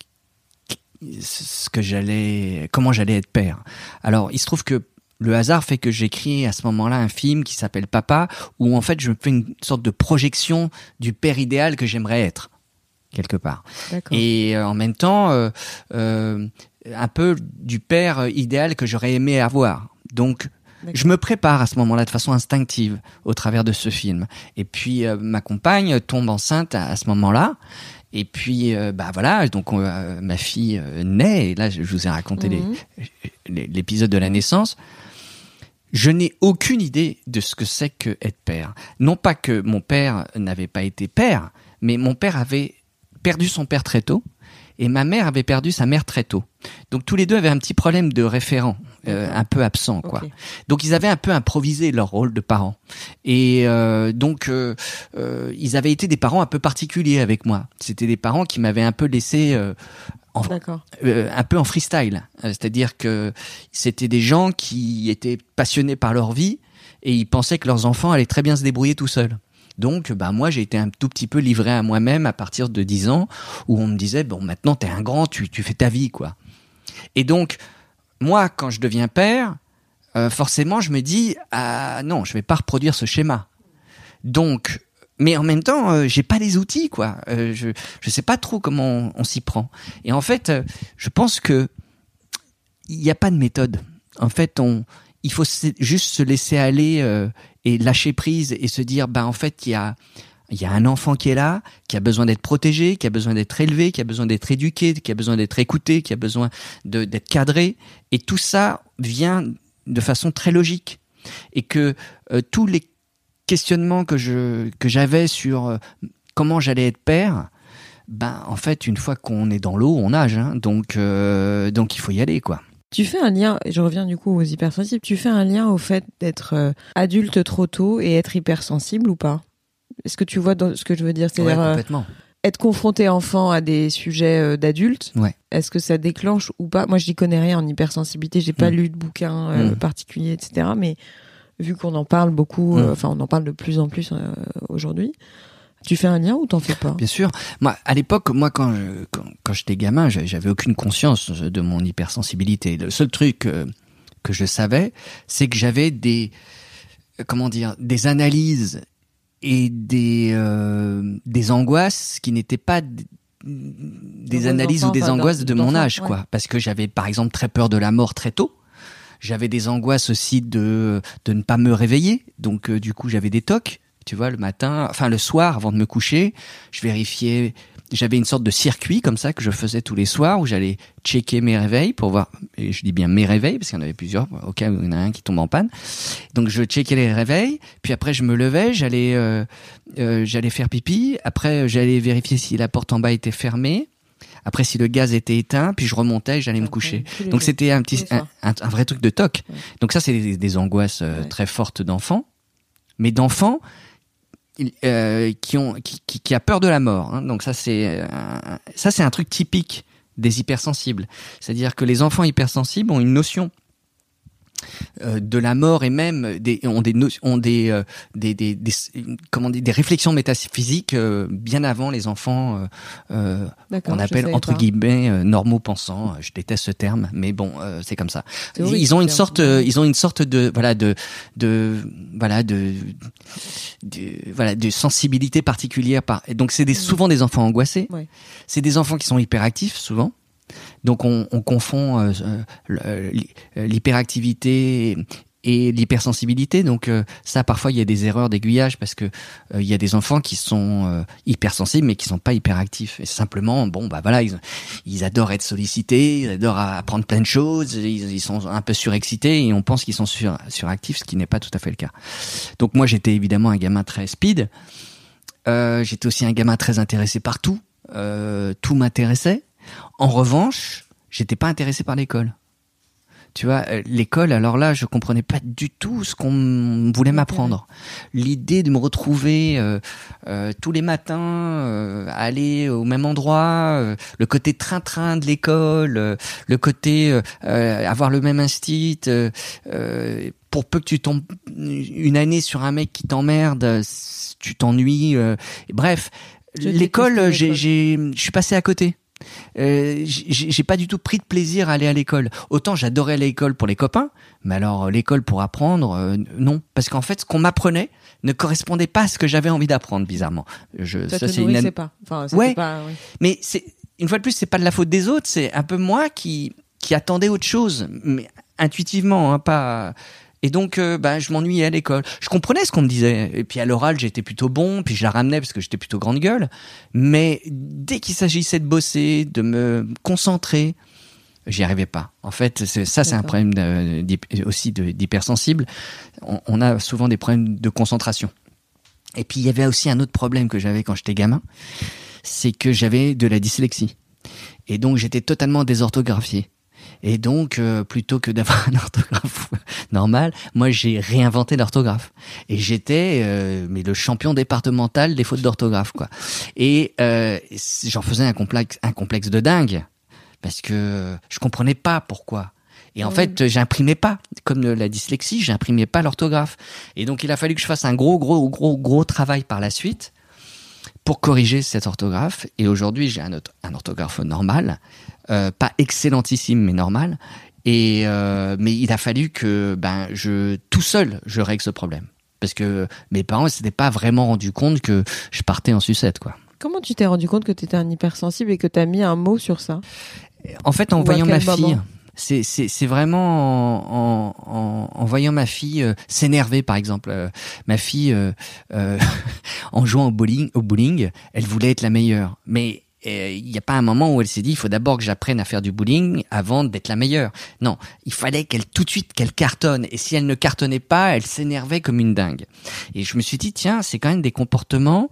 ce que j'allais... Comment j'allais être père. Alors, il se trouve que le hasard fait que j'écris à ce moment-là un film qui s'appelle Papa, où en fait, je fais une sorte de projection du père idéal que j'aimerais être, quelque part. D'accord. Et euh, en même temps... Euh, euh, un peu du père idéal que j'aurais aimé avoir. Donc, D'accord. je me prépare à ce moment-là de façon instinctive au travers de ce film. Et puis, euh, ma compagne tombe enceinte à, à ce moment-là. Et puis, euh, bah voilà, donc euh, ma fille euh, naît. Et là, je vous ai raconté mmh. les, les, l'épisode de la naissance. Je n'ai aucune idée de ce que c'est que être père. Non pas que mon père n'avait pas été père, mais mon père avait perdu son père très tôt. Et ma mère avait perdu sa mère très tôt. Donc tous les deux avaient un petit problème de référent, euh, un peu absent, quoi. Okay. Donc ils avaient un peu improvisé leur rôle de parents. Et euh, donc euh, euh, ils avaient été des parents un peu particuliers avec moi. C'était des parents qui m'avaient un peu laissé euh, en, euh, un peu en freestyle. C'est-à-dire que c'était des gens qui étaient passionnés par leur vie et ils pensaient que leurs enfants allaient très bien se débrouiller tout seuls. Donc, bah, moi, j'ai été un tout petit peu livré à moi-même à partir de dix ans, où on me disait, bon, maintenant, t'es un grand, tu, tu fais ta vie, quoi. Et donc, moi, quand je deviens père, euh, forcément, je me dis, ah, non, je vais pas reproduire ce schéma. Donc, mais en même temps, euh, j'ai pas les outils, quoi. Euh, je, je sais pas trop comment on, on s'y prend. Et en fait, euh, je pense que il y a pas de méthode. En fait, on, il faut juste se laisser aller, euh, et lâcher prise et se dire, ben en fait, il y a, il y a un enfant qui est là, qui a besoin d'être protégé, qui a besoin d'être élevé, qui a besoin d'être éduqué, qui a besoin d'être écouté, qui a besoin de, d'être cadré. Et tout ça vient de façon très logique. Et que euh, tous les questionnements que je que j'avais sur euh, comment j'allais être père, ben en fait, une fois qu'on est dans l'eau, on nage. Hein, donc euh, donc il faut y aller, quoi. Tu fais un lien, je reviens du coup aux hypersensibles, tu fais un lien au fait d'être euh, adulte trop tôt et être hypersensible ou pas ? Est-ce que tu vois dans ce que je veux dire ? C'est-à-dire ouais, complètement. Euh, être confronté enfant à des sujets euh, d'adultes, ouais. Est-ce que ça déclenche ou pas ? Moi, je n'y connais rien en hypersensibilité, j'ai pas mmh. lu de bouquin euh, mmh. particulier, et cetera. Mais vu qu'on en parle beaucoup, enfin, mmh. euh, on en parle de plus en plus euh, aujourd'hui. Tu fais un lien ou t'en fais pas ? Bien sûr. Moi, à l'époque, moi, quand je, quand, quand j'étais gamin, j'avais aucune conscience de mon hypersensibilité. Le seul truc euh, que je savais, c'est que j'avais des, comment dire, des analyses et des, euh, des angoisses qui n'étaient pas d- des de analyses enfants, ou des enfin, angoisses de mon âge, ouais. quoi. Parce que j'avais, par exemple, très peur de la mort très tôt. J'avais des angoisses aussi de, de ne pas me réveiller. Donc, euh, du coup, j'avais des tocs. Tu vois, le matin, enfin le soir, avant de me coucher, je vérifiais. J'avais une sorte de circuit comme ça que je faisais tous les soirs où j'allais checker mes réveils pour voir. Et je dis bien mes réveils parce qu'il y en avait plusieurs au cas où il y en a un qui tombe en panne. Donc je checkais les réveils. Puis après je me levais, j'allais, euh, euh, j'allais faire pipi. Après j'allais vérifier si la porte en bas était fermée. Après si le gaz était éteint. Puis je remontais, j'allais okay, me coucher. Donc c'était un petit, un, un, un vrai truc de toc. Ouais. Donc ça c'est des, des angoisses euh, ouais. très fortes d'enfants, mais d'enfants. Euh, qui ont qui, qui, qui a peur de la mort, hein. Donc ça c'est euh, ça c'est un truc typique des hypersensibles. C'est-à-dire que les enfants hypersensibles ont une notion euh, de la mort et même des, ont des ont des, euh, des, des, des comment dire, des réflexions métaphysiques euh, bien avant les enfants euh, qu'on appelle entre pas. guillemets euh, normaux pensants. Je déteste ce terme, mais bon, euh, c'est comme ça. Ils, ils ont une sorte, euh, ils ont une sorte de voilà de de voilà de, de voilà de sensibilité particulière. Par et donc c'est des, souvent des enfants angoissés. Ouais. C'est des enfants qui sont hyperactifs souvent. Donc on, on confond euh, l'hyperactivité et l'hypersensibilité. Donc euh, ça, parfois, il y a des erreurs d'aiguillage parce que euh, il y a des enfants qui sont euh, hypersensibles mais qui sont pas hyperactifs. Et simplement, bon, bah voilà, ils, ils adorent être sollicités, ils adorent apprendre plein de choses, ils, ils sont un peu surexcités et on pense qu'ils sont sur, suractifs, ce qui n'est pas tout à fait le cas. Donc moi, j'étais évidemment un gamin très speed. Euh, j'étais aussi un gamin très intéressé par tout. Euh, tout m'intéressait. En revanche, j'étais pas intéressé par l'école. Tu vois, l'école, alors là, je comprenais pas du tout ce qu'on voulait m'apprendre. L'idée de me retrouver euh, euh, tous les matins, euh, aller au même endroit, euh, le côté train-train de l'école, euh, le côté euh, avoir le même instit, euh, euh, pour peu que tu tombes une année sur un mec qui t'emmerde, tu t'ennuies. Euh, bref, je l'école, j'ai, j'ai, je suis passé à côté. Euh, j'ai, j'ai pas du tout pris de plaisir à aller à l'école. Autant j'adorais l'école pour les copains, mais alors l'école pour apprendre, euh, non, parce qu'en fait, ce qu'on m'apprenait ne correspondait pas à ce que j'avais envie d'apprendre, bizarrement. Je, ça, ça te c'est nourrissait une... pas. Enfin, ouais, pas, ouais. Mais c'est une fois de plus, c'est pas de la faute des autres, c'est un peu moi qui qui attendais autre chose, mais intuitivement, hein, pas. Et donc, euh, bah, je m'ennuyais à l'école. Je comprenais ce qu'on me disait. Et puis à l'oral, j'étais plutôt bon. Puis je la ramenais parce que j'étais plutôt grande gueule. Mais dès qu'il s'agissait de bosser, de me concentrer, j'y arrivais pas. En fait, c'est, ça, c'est D'accord. un problème de, de, aussi de, d'hypersensible. On, on a souvent des problèmes de concentration. Et puis il y avait aussi un autre problème que j'avais quand j'étais gamin, c'est que j'avais de la dyslexie. Et donc j'étais totalement désorthographié. Et donc, euh, plutôt que d'avoir un orthographe normal, moi j'ai réinventé l'orthographe. Et j'étais euh, mais le champion départemental des fautes d'orthographe, quoi. Et euh, j'en faisais un complexe, un complexe de dingue, parce que je comprenais pas pourquoi. Et en mmh. fait, j'imprimais pas, comme la dyslexie, j'imprimais pas l'orthographe. Et donc, il a fallu que je fasse un gros, gros, gros, gros travail par la suite pour corriger cette orthographe. Et aujourd'hui, j'ai un, autre, un orthographe normal. Euh, pas excellentissime mais normal et euh, mais il a fallu que ben je tout seul je règle ce problème parce que mes parents ne s'étaient pas vraiment rendu compte que je partais en sucette, quoi. Comment tu t'es rendu compte que tu étais un hypersensible et que tu as mis un mot sur ça? En fait, en Ou voyant ma moment? fille c'est c'est c'est vraiment en en, en voyant ma fille euh, s'énerver, par exemple. Euh, ma fille euh, euh, en jouant au bowling au bowling elle voulait être la meilleure, mais il n'y a pas un moment où elle s'est dit il faut d'abord que j'apprenne à faire du bowling avant d'être la meilleure. Non, il fallait qu'elle tout de suite qu'elle cartonne, et si elle ne cartonnait pas, elle s'énervait comme une dingue. Et je me suis dit tiens, c'est quand même des comportements,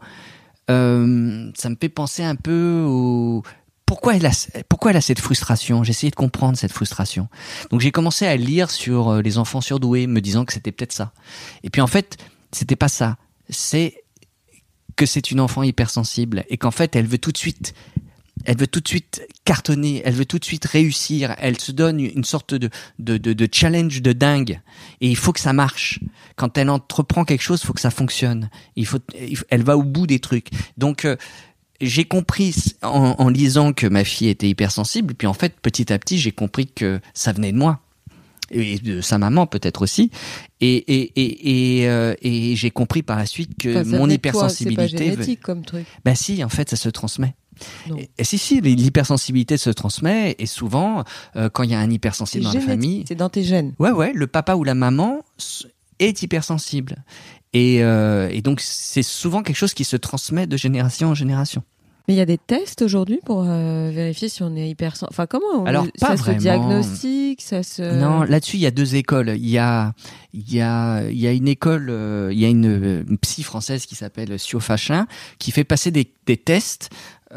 euh, ça me fait penser un peu au pourquoi elle a pourquoi elle a cette frustration. J'ai essayé de comprendre cette frustration. Donc j'ai commencé à lire sur les enfants surdoués, me disant que c'était peut-être ça. Et puis en fait, c'était pas ça. C'est que c'est une enfant hypersensible et qu'en fait elle veut tout de suite elle veut tout de suite cartonner, elle veut tout de suite réussir, elle se donne une sorte de de de, de challenge de dingue et il faut que ça marche. Quand elle entreprend quelque chose, il faut que ça fonctionne. Il faut elle va au bout des trucs. Donc euh, j'ai compris en, en lisant que ma fille était hypersensible, puis en fait petit à petit, j'ai compris que ça venait de moi. Et de sa maman peut-être aussi, et et et et, euh, et j'ai compris par la suite que enfin, mon hypersensibilité, toi, c'est pas génétique comme truc. Ben si, en fait, ça se transmet. Et, et si si, l'hypersensibilité se transmet, et souvent euh, quand il y a un hypersensible c'est dans génétique, la famille, c'est dans tes gènes. Ouais ouais, le papa ou la maman est hypersensible, et euh, et donc c'est souvent quelque chose qui se transmet de génération en génération. Mais il y a des tests aujourd'hui pour euh, vérifier si on est hypersensible. Enfin, comment on, Alors, pas ça vraiment. se diagnostique, ça se. Non, là-dessus, il y a deux écoles. Il y a, il y a, il y a une école, euh, il y a une, une psy française qui s'appelle Sio Fachin, qui fait passer des, des tests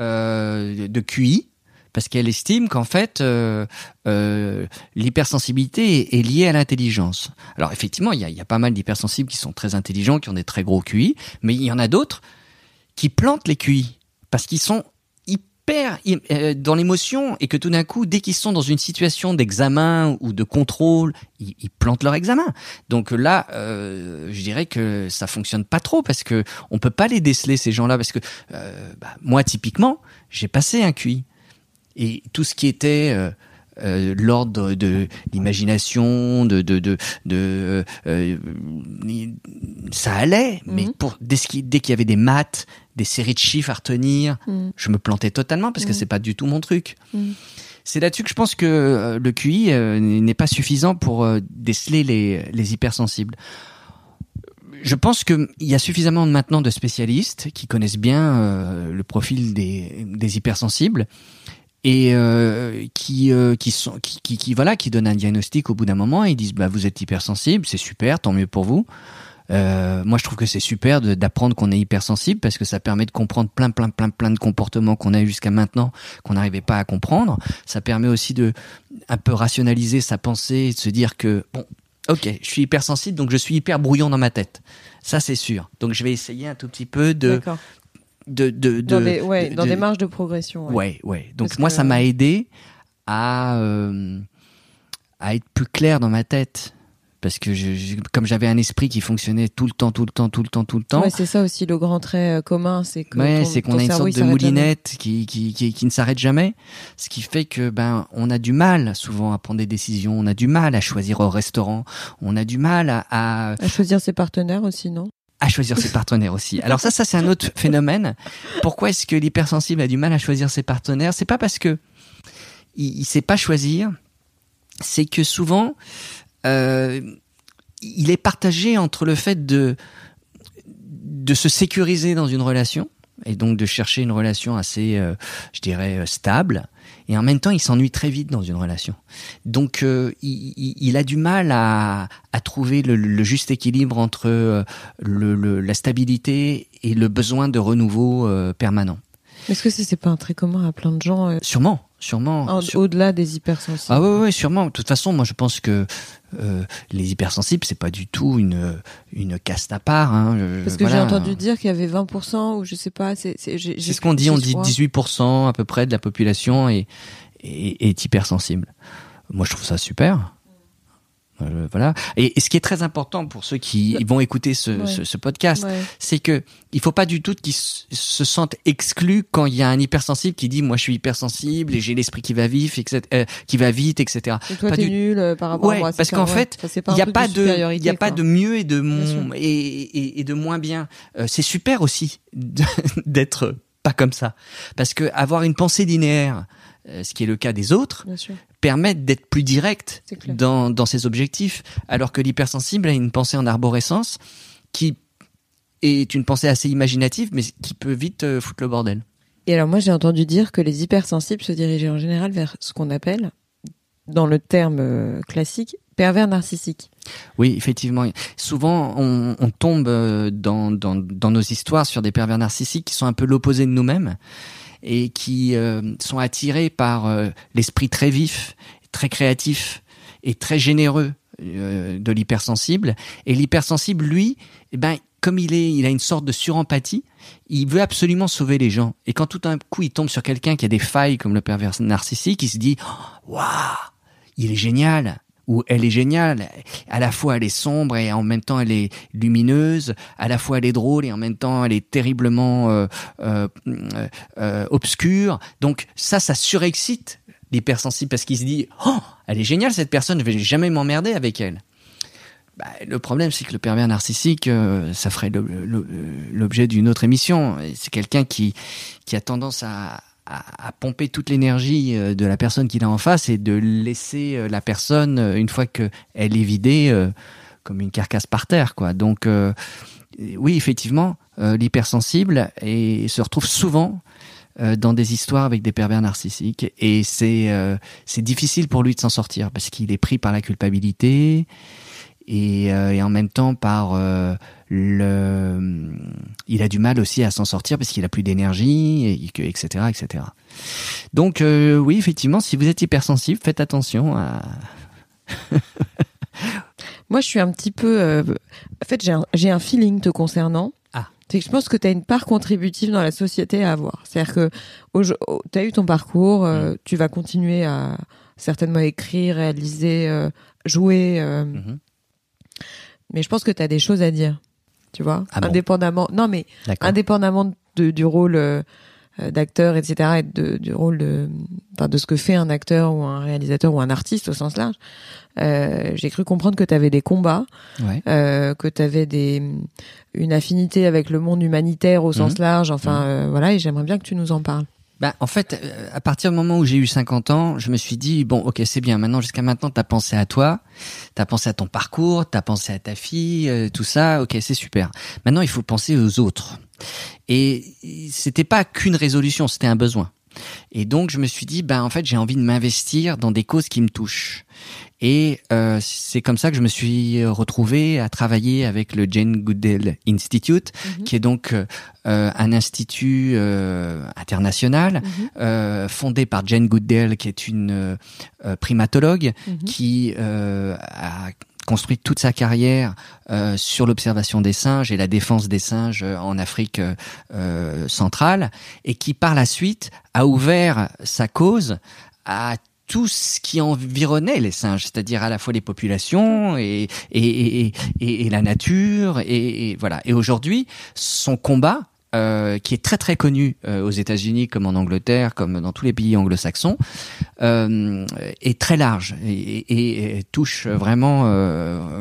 euh, de Q I, parce qu'elle estime qu'en fait, euh, euh, l'hypersensibilité est, est liée à l'intelligence. Alors, effectivement, il y a, il y a pas mal d'hypersensibles qui sont très intelligents, qui ont des très gros Q I, mais il y en a d'autres qui plantent les Q I. Parce qu'ils sont hyper euh, dans l'émotion et que tout d'un coup, dès qu'ils sont dans une situation d'examen ou de contrôle, ils, ils plantent leur examen. Donc là, euh, je dirais que ça fonctionne pas trop parce que on peut pas les déceler ces gens-là parce que euh, bah, moi typiquement, j'ai passé un Q I et tout ce qui était euh, Euh, l'ordre de l'imagination, de de de, de euh, ça allait, mmh. mais pour dès qu'il, dès qu'il y avait des maths, des séries de chiffres à retenir, mmh. je me plantais totalement parce mmh. que c'est pas du tout mon truc. Mmh. C'est là-dessus que je pense que euh, le Q I euh, n'est pas suffisant pour euh, déceler les les hypersensibles. Je pense que il y a suffisamment maintenant de spécialistes qui connaissent bien euh, le profil des des hypersensibles. Et euh, qui euh, qui sont qui, qui qui voilà qui donnent un diagnostic au bout d'un moment et ils disent bah vous êtes hypersensible, c'est super, tant mieux pour vous. Euh, moi je trouve que c'est super de, d'apprendre qu'on est hypersensible parce que ça permet de comprendre plein plein plein plein de comportements qu'on a eu jusqu'à maintenant qu'on n'arrivait pas à comprendre. Ça permet aussi de un peu rationaliser sa pensée et de se dire que bon ok je suis hypersensible donc je suis hyper brouillon dans ma tête. Ça c'est sûr. Donc je vais essayer un tout petit peu de D'accord. De, de, de, dans des, ouais, de, dans de, des marges de progression. Ouais, ouais. ouais. Donc Parce moi, que... ça m'a aidé à euh, à être plus clair dans ma tête, parce que je, je, comme j'avais un esprit qui fonctionnait tout le temps, tout le temps, tout le temps, tout le temps. Ouais, c'est ça aussi le grand trait commun, c'est que ouais, ton, c'est qu'on ton a une cerveau, sorte de moulinette qui, qui qui qui ne s'arrête jamais, ce qui fait que ben on a du mal souvent à prendre des décisions, on a du mal à choisir au restaurant, on a du mal à à, à choisir ses partenaires aussi, non? À choisir ses partenaires aussi. Alors ça, ça c'est un autre phénomène. Pourquoi est-ce que l'hypersensible a du mal à choisir ses partenaires ? C'est pas parce que il, il sait pas choisir, c'est que souvent euh, il est partagé entre le fait de de se sécuriser dans une relation et donc de chercher une relation assez, euh, je dirais, stable. Et en même temps, il s'ennuie très vite dans une relation. Donc, euh, il, il, il a du mal à, à trouver le, le juste équilibre entre euh, le, le, la stabilité et le besoin de renouveau euh, permanent. Est-ce que c'est, c'est pas un trait commun à plein de gens euh, Sûrement, sûrement. En, sur... Au-delà des hypersensibles. Ah oui, oui, sûrement. De toute façon, moi, je pense que euh, les hypersensibles, c'est pas du tout une une caste à part. Hein. Je, Parce que voilà. j'ai entendu dire qu'il y avait vingt pour cent ou je sais pas. C'est, c'est, j'ai, c'est j'ai ce qu'on dit. On dit dix-huit pour cent à peu près de la population est, est, est hypersensible. Moi, je trouve ça super. Euh, voilà. Et, et ce qui est très important pour ceux qui ils vont écouter ce, ouais. ce, ce podcast, ouais. c'est que il faut pas du tout qu'ils se sentent exclus quand il y a un hypersensible qui dit moi je suis hypersensible et j'ai l'esprit qui va vif, et cetera, euh, qui va vite, et cetera. Et toi pas t'es du... nul euh, par rapport ouais, à moi. Parce qu'en ouais. fait, il n'y a pas de, il y a pas de mieux et de mon et, et, et de moins bien. Euh, c'est super aussi d'être pas comme ça, parce que avoir une pensée linéaire, ce qui est le cas des autres, permet d'être plus direct dans, dans ses objectifs, alors que l'hypersensible a une pensée en arborescence qui est une pensée assez imaginative, mais qui peut vite euh, foutre le bordel. Et alors moi j'ai entendu dire que les hypersensibles se dirigeaient en général vers ce qu'on appelle, dans le terme euh, classique, pervers narcissique. Oui, effectivement. Souvent, on, on tombe dans, dans, dans nos histoires sur des pervers narcissiques qui sont un peu l'opposé de nous-mêmes, et qui euh, sont attirés par euh, l'esprit très vif, très créatif et très généreux euh, de l'hypersensible. Et l'hypersensible, lui, eh ben, comme il est, il a une sorte de surempathie, il veut absolument sauver les gens. Et quand tout d'un coup, il tombe sur quelqu'un qui a des failles comme le pervers narcissique, il se dit « Waouh, il est génial !» Ou elle est géniale, à la fois elle est sombre et en même temps elle est lumineuse, à la fois elle est drôle et en même temps elle est terriblement euh, euh, euh, obscure. Donc ça, ça surexcite l'hypersensible parce qu'il se dit « Oh, elle est géniale cette personne, je vais jamais m'emmerder avec elle ». Bah, le problème, c'est que le pervers narcissique, euh, ça ferait le, le, l'objet d'une autre émission. C'est quelqu'un qui, qui a tendance à... à pomper toute l'énergie de la personne qu'il a en face et de laisser la personne, une fois qu'elle est vidée, comme une carcasse par terre, quoi. Donc, euh, oui, effectivement, euh, l'hypersensible et se retrouve souvent euh, dans des histoires avec des pervers narcissiques, et c'est euh, c'est difficile pour lui de s'en sortir parce qu'il est pris par la culpabilité et, euh, et en même temps par euh, le, il a du mal aussi à s'en sortir parce qu'il a plus d'énergie, et que, et cetera, et cetera. Donc euh, oui, effectivement, si vous êtes hypersensible, faites attention à. Moi, je suis un petit peu. Euh... En fait, j'ai un, j'ai un feeling te concernant. Ah. C'est que je pense que tu as une part contributive dans la société à avoir. C'est-à-dire que tu as eu ton parcours, euh, mmh. tu vas continuer à certainement écrire, réaliser, euh, jouer. Euh, mmh. Mais je pense que tu as des choses à dire, tu vois, ah indépendamment. Bon non, mais D'accord. indépendamment de, du rôle euh, d'acteur, et cetera, et de, du rôle de, enfin, de ce que fait un acteur ou un réalisateur ou un artiste au sens large. Euh, j'ai cru comprendre que tu avais des combats, ouais. euh, que tu avais des une affinité avec le monde humanitaire au mmh. sens large. Enfin, mmh. euh, voilà, et j'aimerais bien que tu nous en parles. Bah, en fait, à partir du moment où j'ai eu cinquante ans, je me suis dit, bon, ok, c'est bien. Maintenant, jusqu'à maintenant, t'as pensé à toi, t'as pensé à ton parcours, t'as pensé à ta fille, euh, tout ça, ok, c'est super. Maintenant, il faut penser aux autres. Et c'était pas qu'une résolution, c'était un besoin. Et donc, je me suis dit, ben, en fait, j'ai envie de m'investir dans des causes qui me touchent. Et euh, c'est comme ça que je me suis retrouvé à travailler avec le Jane Goodall Institute, mmh. qui est donc euh, un institut euh, international mmh. euh, fondé par Jane Goodall, qui est une euh, primatologue mmh. qui euh, a construit toute sa carrière euh, sur l'observation des singes et la défense des singes en Afrique euh, centrale, et qui par la suite a ouvert sa cause à tout ce qui environnait les singes, c'est-à-dire à la fois les populations et et et et, et la nature et, et voilà. Et aujourd'hui, son combat, euh, qui est très très connu euh, aux États-Unis comme en Angleterre, comme dans tous les pays anglo-saxons, euh, est très large et, et, et touche vraiment euh,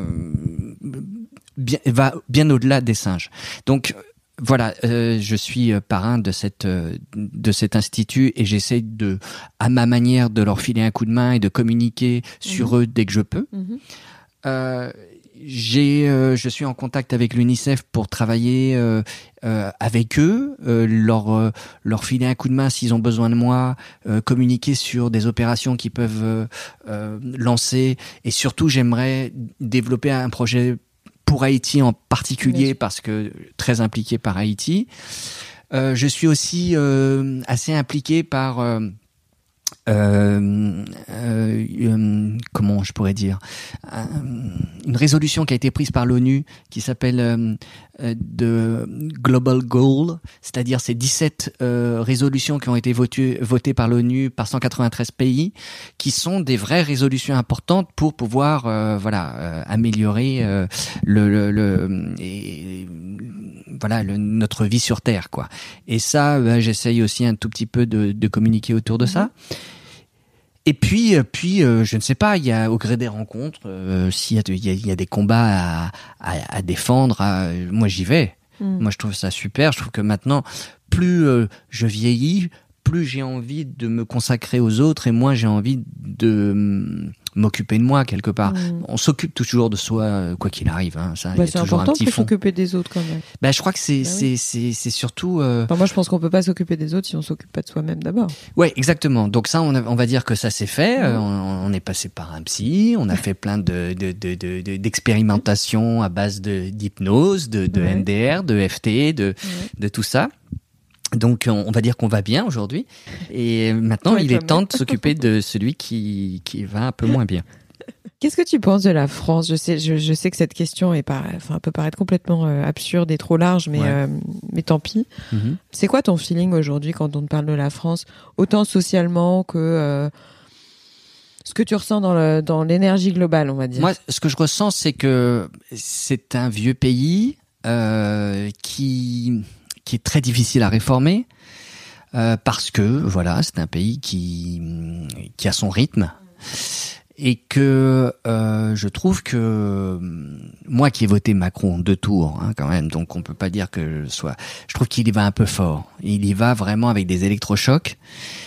bien, va bien au-delà des singes. Donc voilà, euh, je suis parrain de cette euh, de cet institut et j'essaie de, à ma manière, de leur filer un coup de main et de communiquer sur mmh. eux dès que je peux. Mmh. Euh, j'ai, euh, je suis en contact avec l'UNICEF pour travailler euh, euh, avec eux, euh, leur euh, leur filer un coup de main s'ils ont besoin de moi, euh, communiquer sur des opérations qu'ils peuvent euh, euh, lancer, et surtout j'aimerais développer un projet pour Haïti en particulier, parce que très impliqué par Haïti. Euh, je suis aussi euh, assez impliqué par euh, euh, euh, comment je pourrais dire euh, une résolution qui a été prise par l'ONU qui s'appelle euh, de Global Goal, c'est-à-dire ces dix-sept euh, résolutions qui ont été votées, votées par l'ONU par cent quatre-vingt-treize pays, qui sont des vraies résolutions importantes pour pouvoir euh, voilà euh, améliorer euh, le, le, le et, voilà le, notre vie sur Terre, quoi. Et ça, bah, j'essaye aussi un tout petit peu de, de communiquer autour de mmh. ça. Et puis, puis, euh, je ne sais pas, il y a au gré des rencontres, euh, s'il y a, il y a, il y a des combats à, à, à défendre, à, moi j'y vais. Mm. Moi je trouve ça super. Je trouve que maintenant, plus euh, je vieillis, plus j'ai envie de me consacrer aux autres et moins j'ai envie de m- m'occuper de moi quelque part. Mmh. On s'occupe toujours de soi quoi qu'il arrive. Hein. Ça, bah, y a c'est toujours important un petit de fond. s'occuper des autres quand même. Bah, je crois que c'est bah, c'est, oui. c'est c'est surtout. Euh... Enfin, moi, je pense qu'on peut pas s'occuper des autres si on s'occupe pas de soi-même d'abord. Ouais, exactement. Donc ça, on, a, on va dire que ça c'est fait. Mmh. Euh, on, on est passé par un psy. On a fait plein de, de, de, de, de d'expérimentations à base de d'hypnose, de, de ouais. N D R, de F T, de ouais. de tout ça. Donc, on va dire qu'on va bien aujourd'hui. Et maintenant, ouais, il est temps de s'occuper de celui qui, qui va un peu moins bien. Qu'est-ce que tu penses de la France ? Je sais, je, je sais que cette question est pas, enfin, peut paraître complètement euh, absurde et trop large, mais, ouais. euh, mais tant pis. Mm-hmm. C'est quoi ton feeling aujourd'hui quand on te parle de la France, autant socialement que euh, ce que tu ressens dans, le, dans l'énergie globale, on va dire ? Moi, ce que je ressens, c'est que c'est un vieux pays euh, qui... qui est très difficile à réformer euh, parce que voilà, c'est un pays qui qui a son rythme et que euh, je trouve que moi qui ai voté Macron deux tours hein, quand même, donc on peut pas dire que je sois. Je trouve qu'il y va un peu fort. Il y va vraiment avec des électrochocs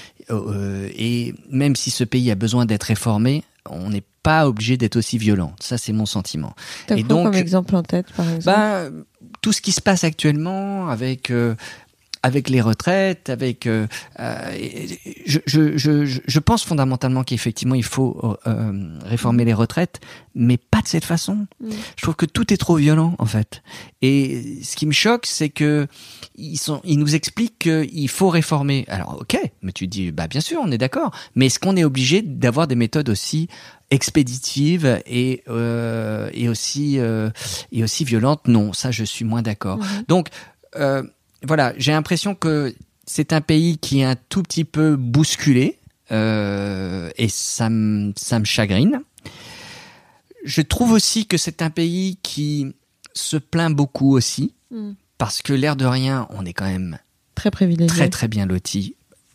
euh, et même si ce pays a besoin d'être réformé, on n'est pas obligé d'être aussi violent. Ça, c'est mon sentiment. T'as et quoi donc, comme exemple en tête, par exemple ? Bah, tout ce qui se passe actuellement avec euh, avec les retraites, avec euh, euh, je, je je je pense fondamentalement qu'effectivement il faut euh, réformer mmh. les retraites, mais pas de cette façon. Mmh. Je trouve que tout est trop violent en fait. Et ce qui me choque, c'est que ils sont ils nous expliquent qu'il faut réformer. Alors ok, mais tu dis bah bien sûr on est d'accord, mais est-ce qu'on est obligé d'avoir des méthodes aussi expéditive et euh, et aussi euh, et aussi violente? Non, ça je suis moins d'accord. Mmh. Donc euh, voilà, j'ai l'impression que c'est un pays qui est un tout petit peu bousculé euh, et ça me ça me chagrine. Je trouve aussi que c'est un pays qui se plaint beaucoup aussi mmh. parce que l'air de rien, on est quand même très privilégié, très très bien loti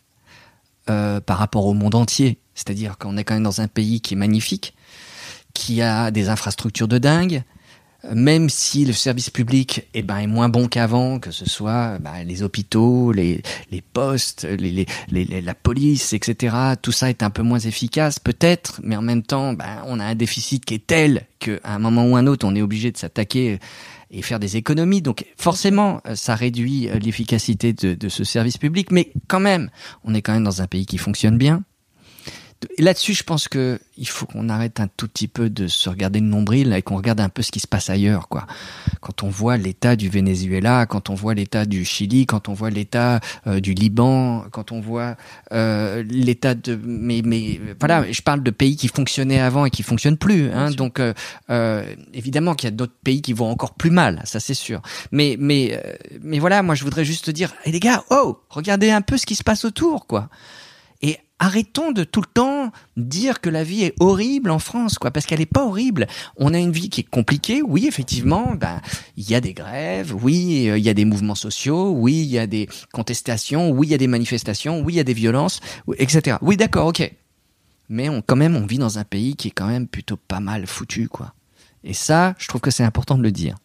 euh, par rapport au monde entier. C'est-à-dire qu'on est quand même dans un pays qui est magnifique, qui a des infrastructures de dingue. Même si le service public eh ben, est moins bon qu'avant, que ce soit ben, les hôpitaux, les, les postes, les, les, les, la police, et cetera. Tout ça est un peu moins efficace, peut-être, mais en même temps, ben, on a un déficit qui est tel qu'à un moment ou un autre, on est obligé de s'attaquer et faire des économies. Donc forcément, ça réduit l'efficacité de, de ce service public, mais quand même, on est quand même dans un pays qui fonctionne bien. Et là-dessus, je pense que il faut qu'on arrête un tout petit peu de se regarder le nombril et qu'on regarde un peu ce qui se passe ailleurs, quoi. Quand on voit l'état du Venezuela, quand on voit l'état du Chili, quand on voit l'état euh, du Liban, quand on voit euh, l'état de, mais mais voilà, je parle de pays qui fonctionnaient avant et qui fonctionnent plus, hein. Donc euh, euh, évidemment qu'il y a d'autres pays qui vont encore plus mal, ça c'est sûr. Mais mais euh, mais voilà, moi je voudrais juste dire, hey, les gars, oh, regardez un peu ce qui se passe autour, quoi. Et arrêtons de tout le temps dire que la vie est horrible en France, quoi, parce qu'elle est pas horrible. On a une vie qui est compliquée, oui, effectivement, ben, il y a des grèves, oui, il y a des mouvements sociaux, oui, il y a des contestations, oui, il y a des manifestations, oui, il y a des violences, et cetera. Oui, d'accord, ok. Mais on, quand même, on vit dans un pays qui est quand même plutôt pas mal foutu, quoi. Et ça, je trouve que c'est important de le dire.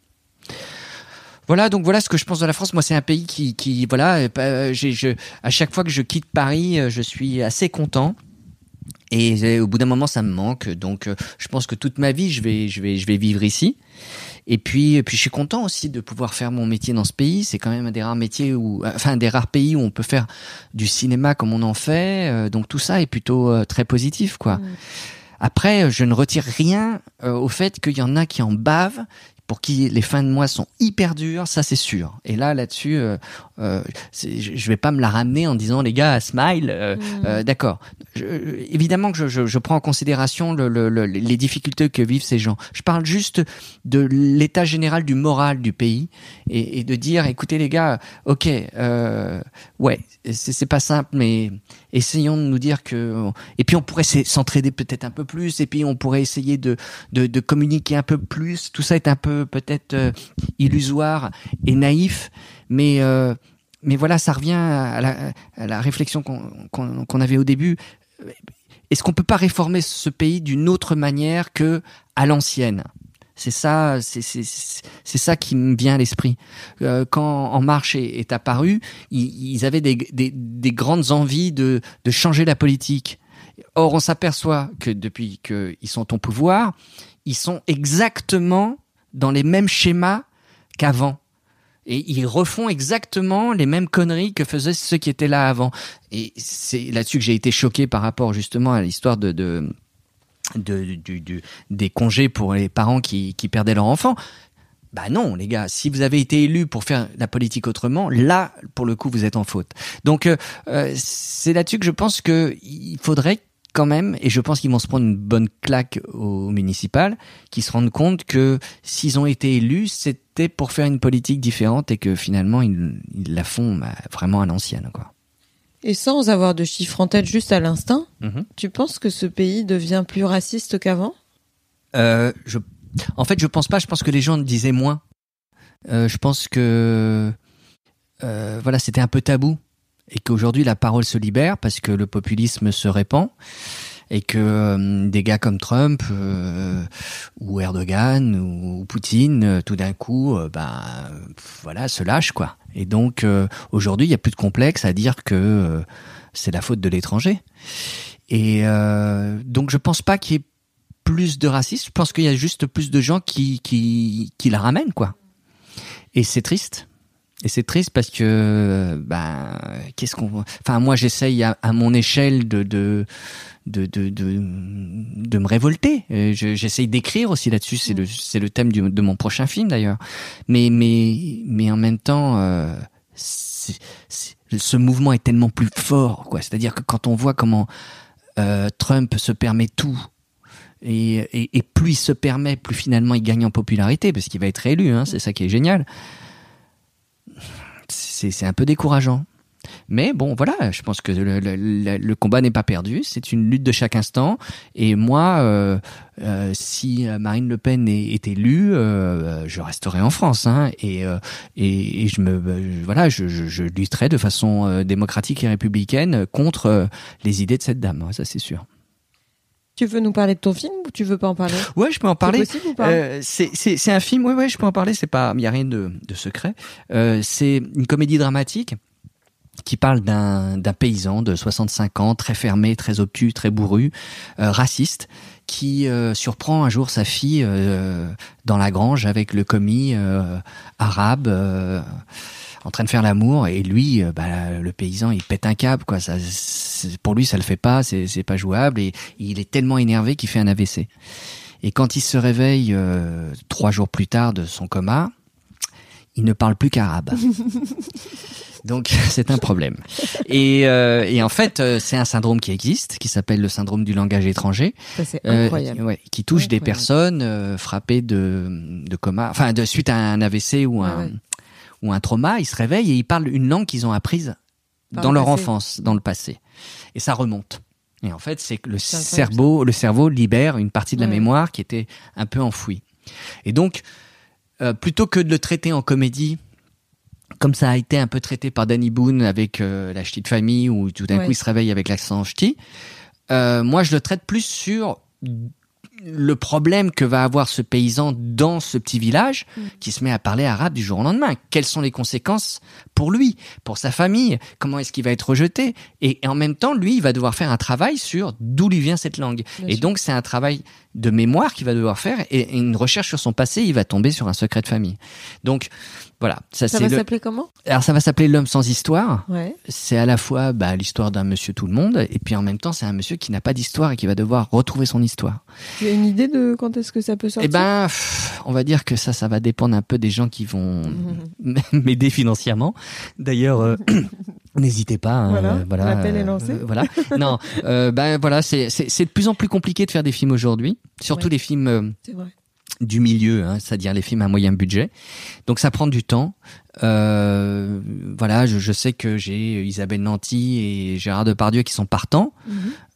Voilà, donc voilà ce que je pense de la France. Moi, c'est un pays qui, qui voilà, j'ai, je, à chaque fois que je quitte Paris, je suis assez content. Et au bout d'un moment, ça me manque. Donc, je pense que toute ma vie, je vais, je vais, je vais vivre ici. Et puis, et puis, je suis content aussi de pouvoir faire mon métier dans ce pays. C'est quand même un des rares métiers où, enfin, un des rares pays où on peut faire du cinéma comme on en fait. Donc, tout ça est plutôt très positif, quoi. Mmh. Après, je ne retire rien au fait qu'il y en a qui en bavent, pour qui les fins de mois sont hyper dures, ça c'est sûr. Et là, là-dessus, euh, euh, c'est, je vais pas me la ramener en disant les gars, smile, euh, mmh. euh, d'accord. Je, évidemment que je, je, je prends en considération le, le, le, les difficultés que vivent ces gens. Je parle juste de l'état général du moral du pays et, et de dire, écoutez les gars, ok, euh, ouais, c'est, c'est pas simple, mais essayons de nous dire que... Et puis on pourrait s'entraider peut-être un peu plus, et puis on pourrait essayer de, de, de communiquer un peu plus. Tout ça est un peu peut-être euh, illusoire et naïf, mais euh, mais voilà, ça revient à la, à la réflexion qu'on, qu'on, qu'on avait au début. Est-ce qu'on peut pas réformer ce pays d'une autre manière que à l'ancienne ? C'est ça, c'est, c'est, c'est ça qui me vient à l'esprit. Euh, quand En Marche est, est apparu, ils, ils avaient des, des, des grandes envies de, de changer la politique. Or, on s'aperçoit que depuis qu'ils sont au pouvoir, ils sont exactement dans les mêmes schémas qu'avant. Et ils refont exactement les mêmes conneries que faisaient ceux qui étaient là avant. Et c'est là-dessus que j'ai été choqué par rapport justement à l'histoire de, de, de, du, du, des congés pour les parents qui, qui perdaient leur enfant. Bah non, les gars, si vous avez été élus pour faire la politique autrement, là, pour le coup, vous êtes en faute. Donc, euh, c'est là-dessus que je pense qu'il faudrait quand même, et je pense qu'ils vont se prendre une bonne claque au municipal, qu'ils se rendent compte que s'ils ont été élus, c'était pour faire une politique différente et que finalement, ils, ils la font bah, vraiment à l'ancienne, quoi. Et sans avoir de chiffres en tête juste à l'instinct, mm-hmm. Tu penses que ce pays devient plus raciste qu'avant ? euh, je, En fait, je pense pas. Je pense que les gens disaient moins. Euh, je pense que euh, voilà, c'était un peu tabou. Et qu'aujourd'hui la parole se libère parce que le populisme se répand et que euh, des gars comme Trump euh, ou Erdogan ou, ou Poutine euh, tout d'un coup euh, ben voilà se lâchent, quoi. Et donc euh, aujourd'hui il y a plus de complexe à dire que euh, c'est la faute de l'étranger. Et euh, donc je pense pas qu'il y ait plus de racisme. Je pense qu'il y a juste plus de gens qui qui qui la ramènent, quoi. Et c'est triste. Et c'est triste parce que, ben, qu'est-ce qu'on, enfin, moi, j'essaye à, à mon échelle de, de, de, de, de, de me révolter. Je, j'essaye d'écrire aussi là-dessus. C'est le, c'est le thème du, de mon prochain film, d'ailleurs. Mais, mais, mais en même temps, euh, c'est, c'est, ce mouvement est tellement plus fort, quoi. C'est-à-dire que quand on voit comment euh, Trump se permet tout, et, et, et plus il se permet, plus finalement il gagne en popularité, parce qu'il va être élu, hein, c'est ça qui est génial. c'est, c'est un peu décourageant. Mais bon, voilà, je pense que le, le, le, le combat n'est pas perdu. C'est une lutte de chaque instant. Et moi, euh, euh, si Marine Le Pen est, est élue, euh, je resterai en France, hein, et, euh, et et je me euh, voilà, je, je, je lutterai de façon euh, démocratique et républicaine contre euh, les idées de cette dame. Ça, c'est sûr. Tu veux nous parler de ton film ou tu veux pas en parler ? Ouais, je peux en parler. C'est possible ou pas ? euh, c'est, c'est, c'est un film. Ouais, ouais, je peux en parler. C'est pas, il y a rien de, de secret. Euh, c'est une comédie dramatique qui parle d'un, d'un paysan de soixante-cinq ans, très fermé, très obtus, très bourru, euh, raciste, qui euh, surprend un jour sa fille euh, dans la grange avec le commis euh, arabe euh, en train de faire l'amour, et lui, euh, bah, le paysan, il pète un câble, quoi. Ça, c'est, pour lui, ça le fait pas, c'est, c'est pas jouable, et il est tellement énervé qu'il fait un A V C. Et quand il se réveille euh, trois jours plus tard de son coma, il ne parle plus qu'arabe. Donc c'est un problème. Et, euh, et en fait, euh, c'est un syndrome qui existe, qui s'appelle le syndrome du langage étranger. Ça, c'est incroyable. Euh, ouais, qui touche incroyable. des personnes euh, frappées de, de coma, enfin de suite à un A V C ou un, ah ouais. ou un trauma. Ils se réveillent et ils parlent une langue qu'ils ont apprise Par dans leur passé. enfance, dans le passé. Et ça remonte. Et en fait, c'est que le C'est cerveau, le cerveau libère une partie de la ouais. mémoire qui était un peu enfouie. Et donc, euh, plutôt que de le traiter en comédie, comme ça a été un peu traité par Danny Boone avec euh, la ch'ti de famille, où tout d'un ouais. coup il se réveille avec l'accent ch'ti, euh, moi je le traite plus sur le problème que va avoir ce paysan dans ce petit village mmh. qui se met à parler arabe du jour au lendemain. Quelles sont les conséquences pour lui, pour sa famille? Comment est-ce qu'il va être rejeté? Et, et en même temps, lui, il va devoir faire un travail sur d'où lui vient cette langue. Bien et sûr. Donc, c'est un travail de mémoire qu'il va devoir faire, et, et une recherche sur son passé. Il va tomber sur un secret de famille. Donc, voilà. Ça, ça c'est va le... s'appeler comment? Alors, ça va s'appeler L'homme sans histoire. Ouais. C'est à la fois bah, l'histoire d'un monsieur tout le monde, et puis en même temps, c'est un monsieur qui n'a pas d'histoire et qui va devoir retrouver son histoire. Tu as une idée de quand est-ce que ça peut sortir? Eh ben, pff, on va dire que ça, ça va dépendre un peu des gens qui vont mmh. m'aider financièrement. D'ailleurs, euh, n'hésitez pas. Hein, voilà, euh, voilà, l'appel est lancé. Euh, voilà. Non, euh, ben voilà, c'est, c'est, c'est de plus en plus compliqué de faire des films aujourd'hui, surtout ouais. les films. Euh, c'est vrai. Du milieu, hein, c'est-à-dire les films à moyen budget. Donc ça prend du temps. Euh, voilà, je, je sais que j'ai Isabelle Nanty et Gérard Depardieu qui sont partants. Mm-hmm.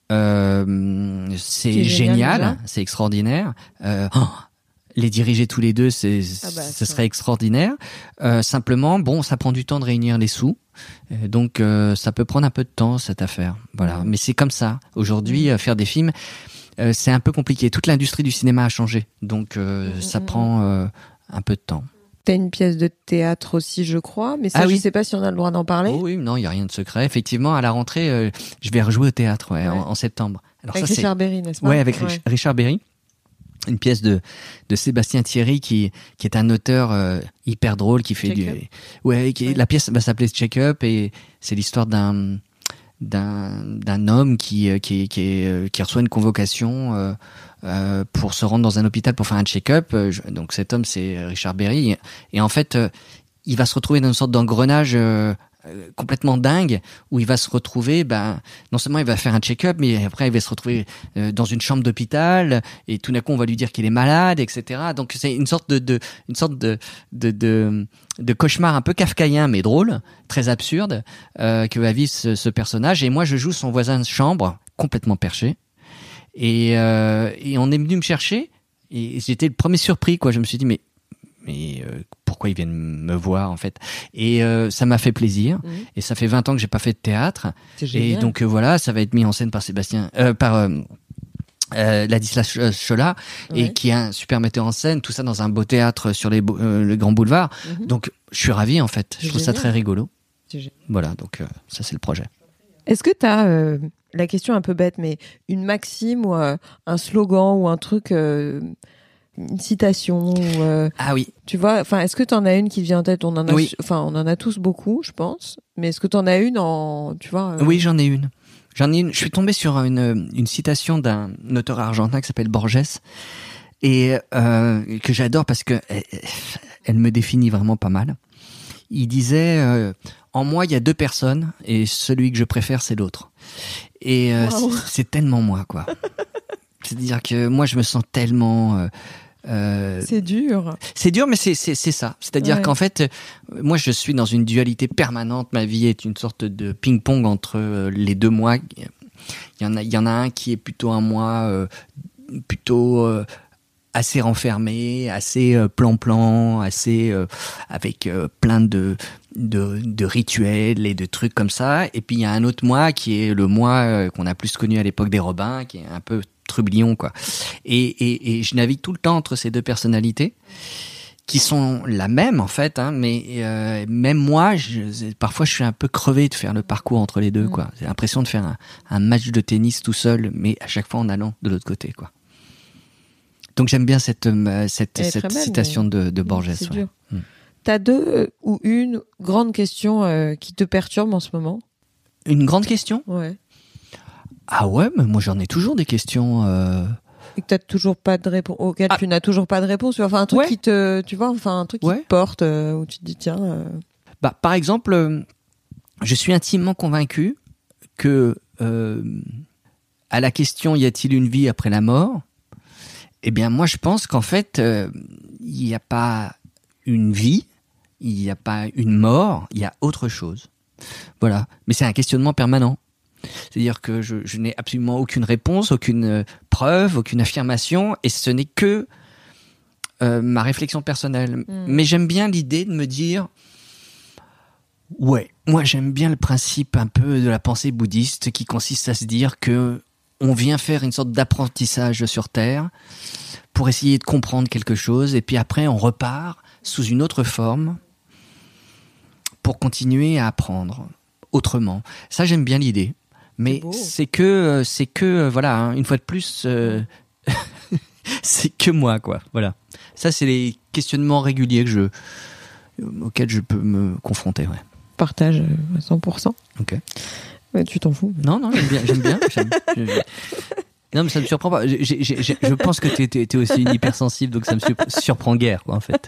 Euh, c'est, c'est génial, génial c'est extraordinaire. Euh, oh, les diriger tous les deux, c'est, ah bah, ce serait extraordinaire. Euh, simplement, bon, ça prend du temps de réunir les sous. Euh, donc euh, ça peut prendre un peu de temps, cette affaire. Voilà, mm-hmm. mais c'est comme ça. Aujourd'hui, mm-hmm. faire des films... Euh, c'est un peu compliqué. Toute l'industrie du cinéma a changé, donc euh, mmh, ça mmh. prend euh, un peu de temps. T'as une pièce de théâtre aussi, je crois, mais ça, ah, je oui. sais pas si on a le droit d'en parler. Oh, oui, non, il y a rien de secret. Effectivement, à la rentrée, euh, je vais rejouer au théâtre, ouais, ouais. En, en septembre. Alors avec ça, Richard Berry, n'est-ce pas? Ouais, avec ouais. Richard Berry. Une pièce de de Sébastien Thierry qui qui est un auteur euh, hyper drôle qui fait Check du, ouais, qui, ouais. La pièce va s'appeler Check Up et c'est l'histoire d'un d'un d'un homme qui qui qui, qui reçoit une convocation euh, euh, pour se rendre dans un hôpital pour faire un check-up. Donc cet homme, c'est Richard Berry, et en fait euh, il va se retrouver dans une sorte d'engrenage euh, complètement dingue où il va se retrouver, ben non seulement il va faire un check-up, mais après il va se retrouver euh, dans une chambre d'hôpital, et tout d'un coup on va lui dire qu'il est malade, et cetera. Donc c'est une sorte de, de une sorte de de, de de cauchemar un peu kafkaïen mais drôle, très absurde, euh, que va vivre ce, ce personnage. Et moi je joue son voisin de chambre complètement perché, et euh, et on est venu me chercher, et j'étais le premier surpris, quoi. Je me suis dit mais mais euh, pourquoi ils viennent me voir, en fait? Et euh, ça m'a fait plaisir. Mmh. Et ça fait vingt ans que j'ai pas fait de théâtre. C'est génial. Et donc euh, voilà, ça va être mis en scène par Sébastien, euh, par euh, euh, Ladislas Chola, ouais. et qui est un super metteur en scène. Tout ça dans un beau théâtre sur les, beaux, euh, les grands boulevards. Mmh. Donc je suis ravi, en fait. C'est je trouve génial. Ça très rigolo. Voilà, donc euh, ça c'est le projet. Est-ce que tu as euh, la question un peu bête, mais une maxime ou euh, un slogan ou un truc? Euh, une citation ou euh, ah oui, tu vois, enfin est-ce que tu en as une qui vient en tête? On en a oui. enfin on en a tous beaucoup, je pense, mais est-ce que tu en as une en tu vois euh... Oui, j'en ai une. J'en ai une, je suis tombé sur une une citation d'un auteur argentin qui s'appelle Borges, et euh, que j'adore parce que elle, elle me définit vraiment pas mal. Il disait euh, en moi, il y a deux personnes et celui que je préfère c'est l'autre. Et euh, wow. c'est, c'est tellement moi, quoi. C'est-à-dire que moi, je me sens tellement euh, Euh, c'est dur. C'est dur, mais c'est c'est c'est ça. C'est-à-dire ouais. qu'en fait, moi, je suis dans une dualité permanente. Ma vie est une sorte de ping-pong entre les deux mois. Il y en a, il y en a un qui est plutôt un mois euh, plutôt euh, assez renfermé, assez euh, plan-plan, assez euh, avec euh, plein de, de de rituels et de trucs comme ça. Et puis il y a un autre mois qui est le mois euh, qu'on a plus connu à l'époque des Robins, qui est un peu trublion, quoi. Et, et, et je navigue tout le temps entre ces deux personnalités qui sont la même en fait, hein, mais euh, même moi, je, parfois je suis un peu crevé de faire le parcours entre les deux, quoi. J'ai l'impression de faire un, un match de tennis tout seul, mais à chaque fois en allant de l'autre côté, quoi. Donc j'aime bien cette cette, cette citation belle, de, de Borges. C'est ouais. dur. Mmh. T'as deux euh, ou une grande question euh, qui te perturbe en ce moment? Une grande question? Ouais. Ah ouais, mais moi j'en ai toujours des questions. Euh... Et que t'as toujours pas de réponse, auquel ah. tu n'as toujours pas de réponse. Enfin un truc ouais. qui te, tu vois, enfin un truc qui ouais. te porte, euh, où tu te dis tiens. Euh... Bah par exemple, euh, je suis intimement convaincu que euh, à la question y a-t-il une vie après la mort, eh bien moi je pense qu'en fait il euh, n'y a pas une vie, il n'y a pas une mort, il y a autre chose. Voilà, mais c'est un questionnement permanent. C'est-à-dire que je, je n'ai absolument aucune réponse, aucune preuve, aucune affirmation, et ce n'est que euh, ma réflexion personnelle. Mmh. Mais j'aime bien l'idée de me dire, ouais, moi j'aime bien le principe un peu de la pensée bouddhiste qui consiste à se dire que on vient faire une sorte d'apprentissage sur Terre pour essayer de comprendre quelque chose, et puis après on repart sous une autre forme pour continuer à apprendre autrement. Ça, j'aime bien l'idée. Mais c'est que, c'est que, voilà, hein, une fois de plus, euh, c'est que moi, quoi. Voilà. Ça, c'est les questionnements réguliers que je, auxquels je peux me confronter, ouais. Partage à cent pour cent. Ok. Ouais, tu t'en fous. Non, non, j'aime bien, j'aime bien. J'aime, j'aime, non, mais ça me surprend pas. J'ai, j'ai, j'ai, je pense que t'es, t'es, t'es aussi une hypersensible, donc ça me surprend guère, quoi, en fait.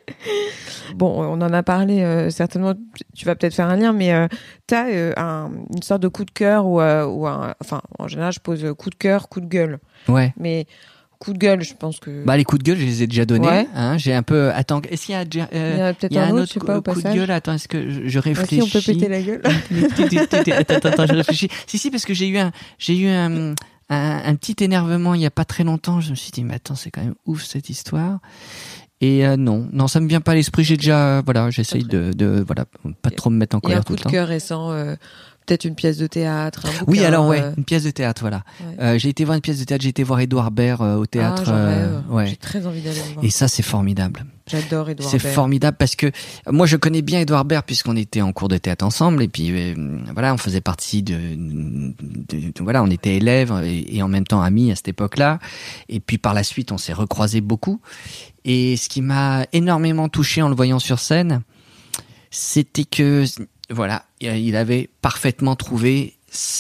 Bon, on en a parlé, euh, certainement, tu vas peut-être faire un lien, mais euh, tu as euh, un, une sorte de coup de cœur ou, euh, ou un, enfin, en général, je pose coup de cœur, coup de gueule. Ouais. Mais coup de gueule, je pense que... Bah, les coups de gueule, je les ai déjà donnés. Ouais. Hein, j'ai un peu... Attends, est-ce qu'il y a, euh, il y a peut-être il y a un, un autre, autre je sais pas, au coup passage. de gueule? Attends, est-ce que je, je réfléchis? Ah, si, on peut péter la gueule. attends, attends, attends, je réfléchis. Si, si, parce que j'ai eu un, j'ai eu un, un, un petit énervement il y a pas très longtemps. Je me suis dit, mais attends, c'est quand même ouf cette histoire. Et euh, non, non, ça me vient pas à l'esprit. J'ai déjà, voilà, j'essaye de, de, voilà, pas trop me mettre en colère tout le temps. Il y a un coup de cœur récent, euh, peut-être une pièce de théâtre, un bouquin. Oui, alors ouais, euh... une pièce de théâtre, voilà. Ouais. Euh, j'ai été voir une pièce de théâtre. J'ai été voir Édouard Baird euh, au théâtre. Ah, j'en rêve. Euh, ouais. J'ai très envie d'aller le voir. Et ça, c'est formidable. J'adore Édouard C'est Baird. formidable parce que moi, je connais bien Édouard Baird puisqu'on était en cours de théâtre ensemble et puis euh, voilà, on faisait partie de, de, de, de voilà, on était élèves et, et en même temps amis à cette époque-là. Et puis par la suite, on s'est recroisés beaucoup. Et ce qui m'a énormément touché en le voyant sur scène, c'était que, voilà, il avait parfaitement trouvé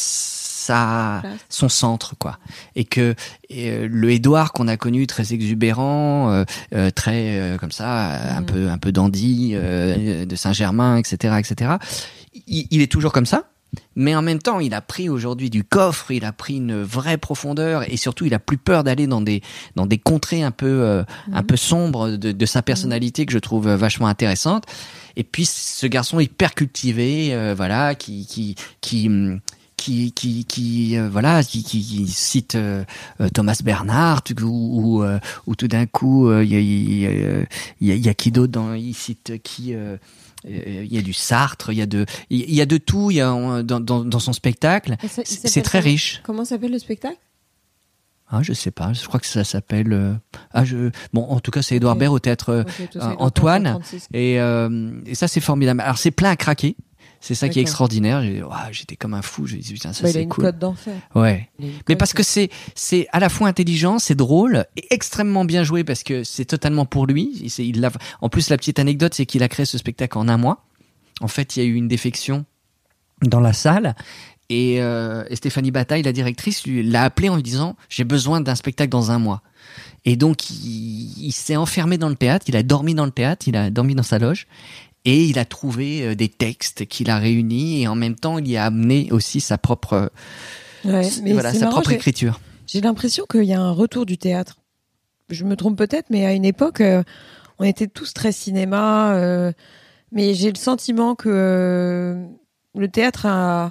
sa, son centre, quoi. Et que euh, le Édouard qu'on a connu, très exubérant, euh, euh, très euh, comme ça, mmh. un peu, un peu dandy, euh, de Saint-Germain, et cetera, et cetera. Il, il est toujours comme ça. Mais en même temps, il a pris aujourd'hui du coffre, il a pris une vraie profondeur et surtout, il a plus peur d'aller dans des dans des contrées un peu euh, mmh. un peu sombres de, de sa personnalité que je trouve vachement intéressante. Et puis, ce garçon hyper cultivé, euh, voilà, qui qui qui qui qui, qui euh, voilà, qui, qui, qui cite euh, Thomas Bernhard ou ou, euh, ou tout d'un coup, il euh, y a il y a, y a, y a qui d'autre dans il cite qui euh, il y a du Sartre, il y a de, il y a de tout, il y a dans dans, dans son spectacle. Ça, c'est très comment, riche. Comment s'appelle le spectacle? Ah, je sais pas. Je crois que ça s'appelle. Euh... Ah, je. Bon, en tout cas, c'est Édouard okay. Baird au théâtre okay, euh, Antoine, et, euh, et ça, c'est formidable. Alors, c'est plein à craquer. C'est ça okay. qui est extraordinaire. J'ai, oh, j'étais comme un fou. J'ai dit putain, ça bah, c'est il a cool. une cote d'enfer. Ouais. Mais parce que c'est c'est à la fois intelligent, c'est drôle et extrêmement bien joué parce que c'est totalement pour lui. C'est, il l'a. En plus, la petite anecdote, c'est qu'il a créé ce spectacle en un mois. En fait, il y a eu une défection dans la salle. Et, euh, et Stéphanie Bataille, la directrice, lui, l'a appelé en lui disant « J'ai besoin d'un spectacle dans un mois ». Et donc, il, il s'est enfermé dans le théâtre, il a dormi dans le théâtre, il a dormi dans sa loge, et il a trouvé des textes qu'il a réunis, et en même temps, il y a amené aussi sa propre, ouais, mais voilà, sa marrant, propre j'ai, écriture. J'ai l'impression qu'il y a un retour du théâtre. je me trompe peut-être, mais à une époque, euh, on était tous très cinéma. Euh, mais j'ai le sentiment que euh, le théâtre a,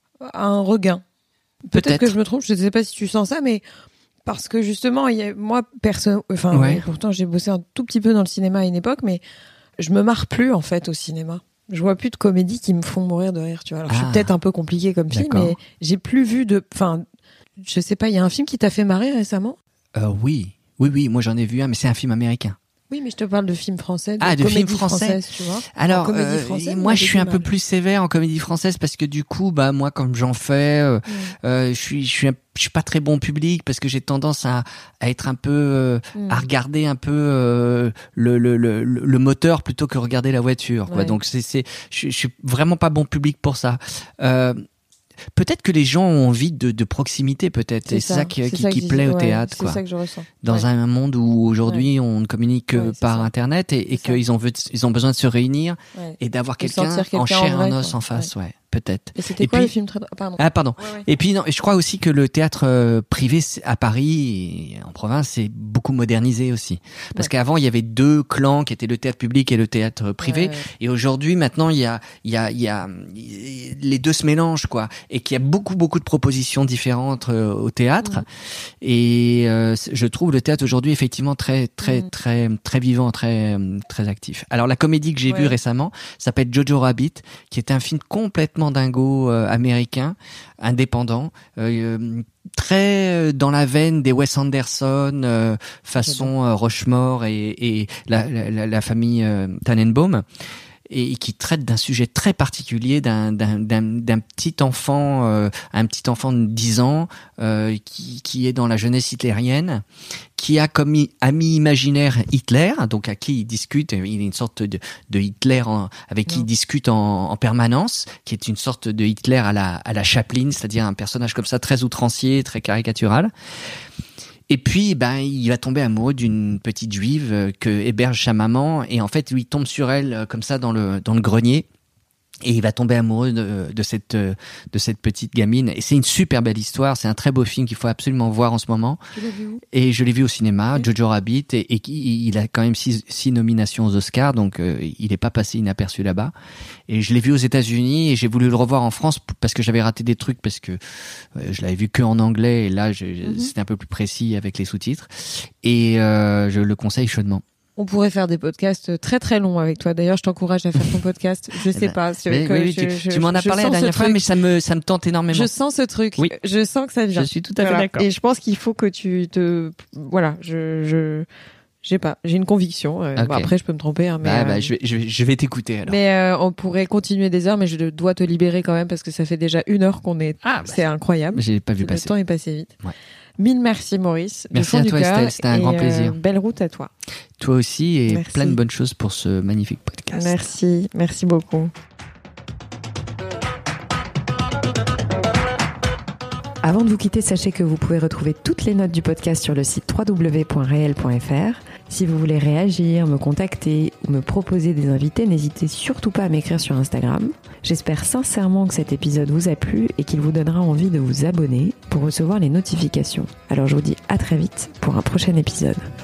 a un regain. Peut-être, peut-être que je me trompe. Je ne sais pas si tu sens ça, mais parce que justement, il y a, moi, personne. Enfin, ouais. pourtant, j'ai bossé un tout petit peu dans le cinéma à une époque, mais je me marre plus en fait au cinéma. Je vois plus de comédies qui me font mourir de rire, tu vois. Alors, ah, je suis peut-être un peu compliquée comme fille, mais j'ai plus vu de. Enfin, je sais pas. Il y a un film qui t'a fait marrer récemment ? euh, Oui, oui, oui. Moi, j'en ai vu un, mais c'est un film américain. Oui, mais je te parle de films français, de ah, de films français, tu vois. Alors, euh, française, moi, je suis un peu plus sévère en comédie française parce que du coup, bah moi, comme j'en fais, euh, mm. euh, je suis, je suis, un, je suis pas très bon public parce que j'ai tendance à, à être un peu, euh, mm. à regarder un peu euh, le, le, le, le moteur plutôt que regarder la voiture. Quoi. Ouais. Donc c'est, c'est, je, je suis vraiment pas bon public pour ça. Euh, Peut-être que les gens ont envie de, de proximité, peut-être. C'est et c'est ça, ça qui, qui, ça qui plaît au théâtre. Ouais, c'est ça que je ressens. Dans ouais. un monde où aujourd'hui ouais. on ne communique que ouais, par ça. Internet et, et qu'ils ont, ils ont besoin de se réunir ouais. et d'avoir quelqu'un, quelqu'un en chair et en os quoi. En face. Ouais. Ouais. Peut-être. Et c'était et quoi puis, le film très... Pardon. Ah pardon. Ouais, ouais. Et puis non, je crois aussi que le théâtre euh, privé à Paris et en province c'est beaucoup modernisé aussi. Parce ouais. qu'avant il y avait deux clans qui étaient le théâtre public et le théâtre privé. Ouais, ouais. Et aujourd'hui maintenant il y a il y a il y a les deux se mélangent quoi. Et qu'il y a beaucoup beaucoup de propositions différentes euh, au théâtre. Mmh. Et euh, je trouve le théâtre aujourd'hui effectivement très très mmh. très très vivant, très très actif. Alors la comédie que j'ai ouais. vue récemment s'appelle Jojo Rabbit, qui est un film complètement dingo euh, américain, indépendant, euh, très dans la veine des Wes Anderson, euh, façon euh, Rushmore et, et la, la, la famille euh, Tannenbaum, et qui traite d'un sujet très particulier, d'un, d'un, d'un, d'un petit enfant, euh, un petit enfant de dix ans euh, qui, qui est dans la jeunesse hitlérienne, qui a comme ami imaginaire Hitler, donc à qui il discute, il est une sorte de, de Hitler en, avec qui non. il discute en, en permanence, qui est une sorte de Hitler à la, à la Chaplin, c'est-à-dire un personnage comme ça très outrancier, très caricatural. Et puis, ben, il va tomber amoureux d'une petite juive que héberge sa maman, et en fait, lui, il tombe sur elle comme ça dans le dans le grenier. Et il va tomber amoureux de, de cette de cette petite gamine. Et c'est une super belle histoire. C'est un très beau film qu'il faut absolument voir en ce moment. Tu l'as vu où ? Et je l'ai vu au cinéma, oui. Jojo Rabbit. Et, et il a quand même six, six nominations aux Oscars, donc euh, il n'est pas passé inaperçu là-bas. Et je l'ai vu aux États-Unis et j'ai voulu le revoir en France parce que j'avais raté des trucs parce que euh, je l'avais vu que en anglais et là je, mm-hmm. c'était un peu plus précis avec les sous-titres. Et euh, je le conseille chaudement. On pourrait faire des podcasts très très longs avec toi. D'ailleurs, je t'encourage à faire ton podcast. Je sais bah, pas. Mais, que oui, je, tu, je, tu m'en as parlé la dernière fois, mais ça me ça me tente énormément. Je sens ce truc. Oui. Je sens que ça vient. Je suis tout à fait voilà. d'accord. Et je pense qu'il faut que tu te voilà. Je je j'ai pas. J'ai une conviction. Okay. Bon, après, je peux me tromper. Hein, mais bah, bah, euh... je vais je vais je vais t'écouter alors. Mais euh, on pourrait continuer des heures, mais je dois te libérer quand même parce que ça fait déjà une heure qu'on est. Ah, bah, c'est incroyable. J'ai pas vu passer. Le temps est passé vite. Ouais. Mille merci Maurice. Merci à toi Estelle, c'était un grand plaisir. Euh, belle route à toi. Toi aussi et merci. Plein de bonnes choses pour ce magnifique podcast. Merci, merci beaucoup. Avant de vous quitter, sachez que vous pouvez retrouver toutes les notes du podcast sur le site w w w point réel point f r. Si vous voulez réagir, me contacter ou me proposer des invités, n'hésitez surtout pas à m'écrire sur Instagram. J'espère sincèrement que cet épisode vous a plu et qu'il vous donnera envie de vous abonner pour recevoir les notifications. Alors je vous dis à très vite pour un prochain épisode.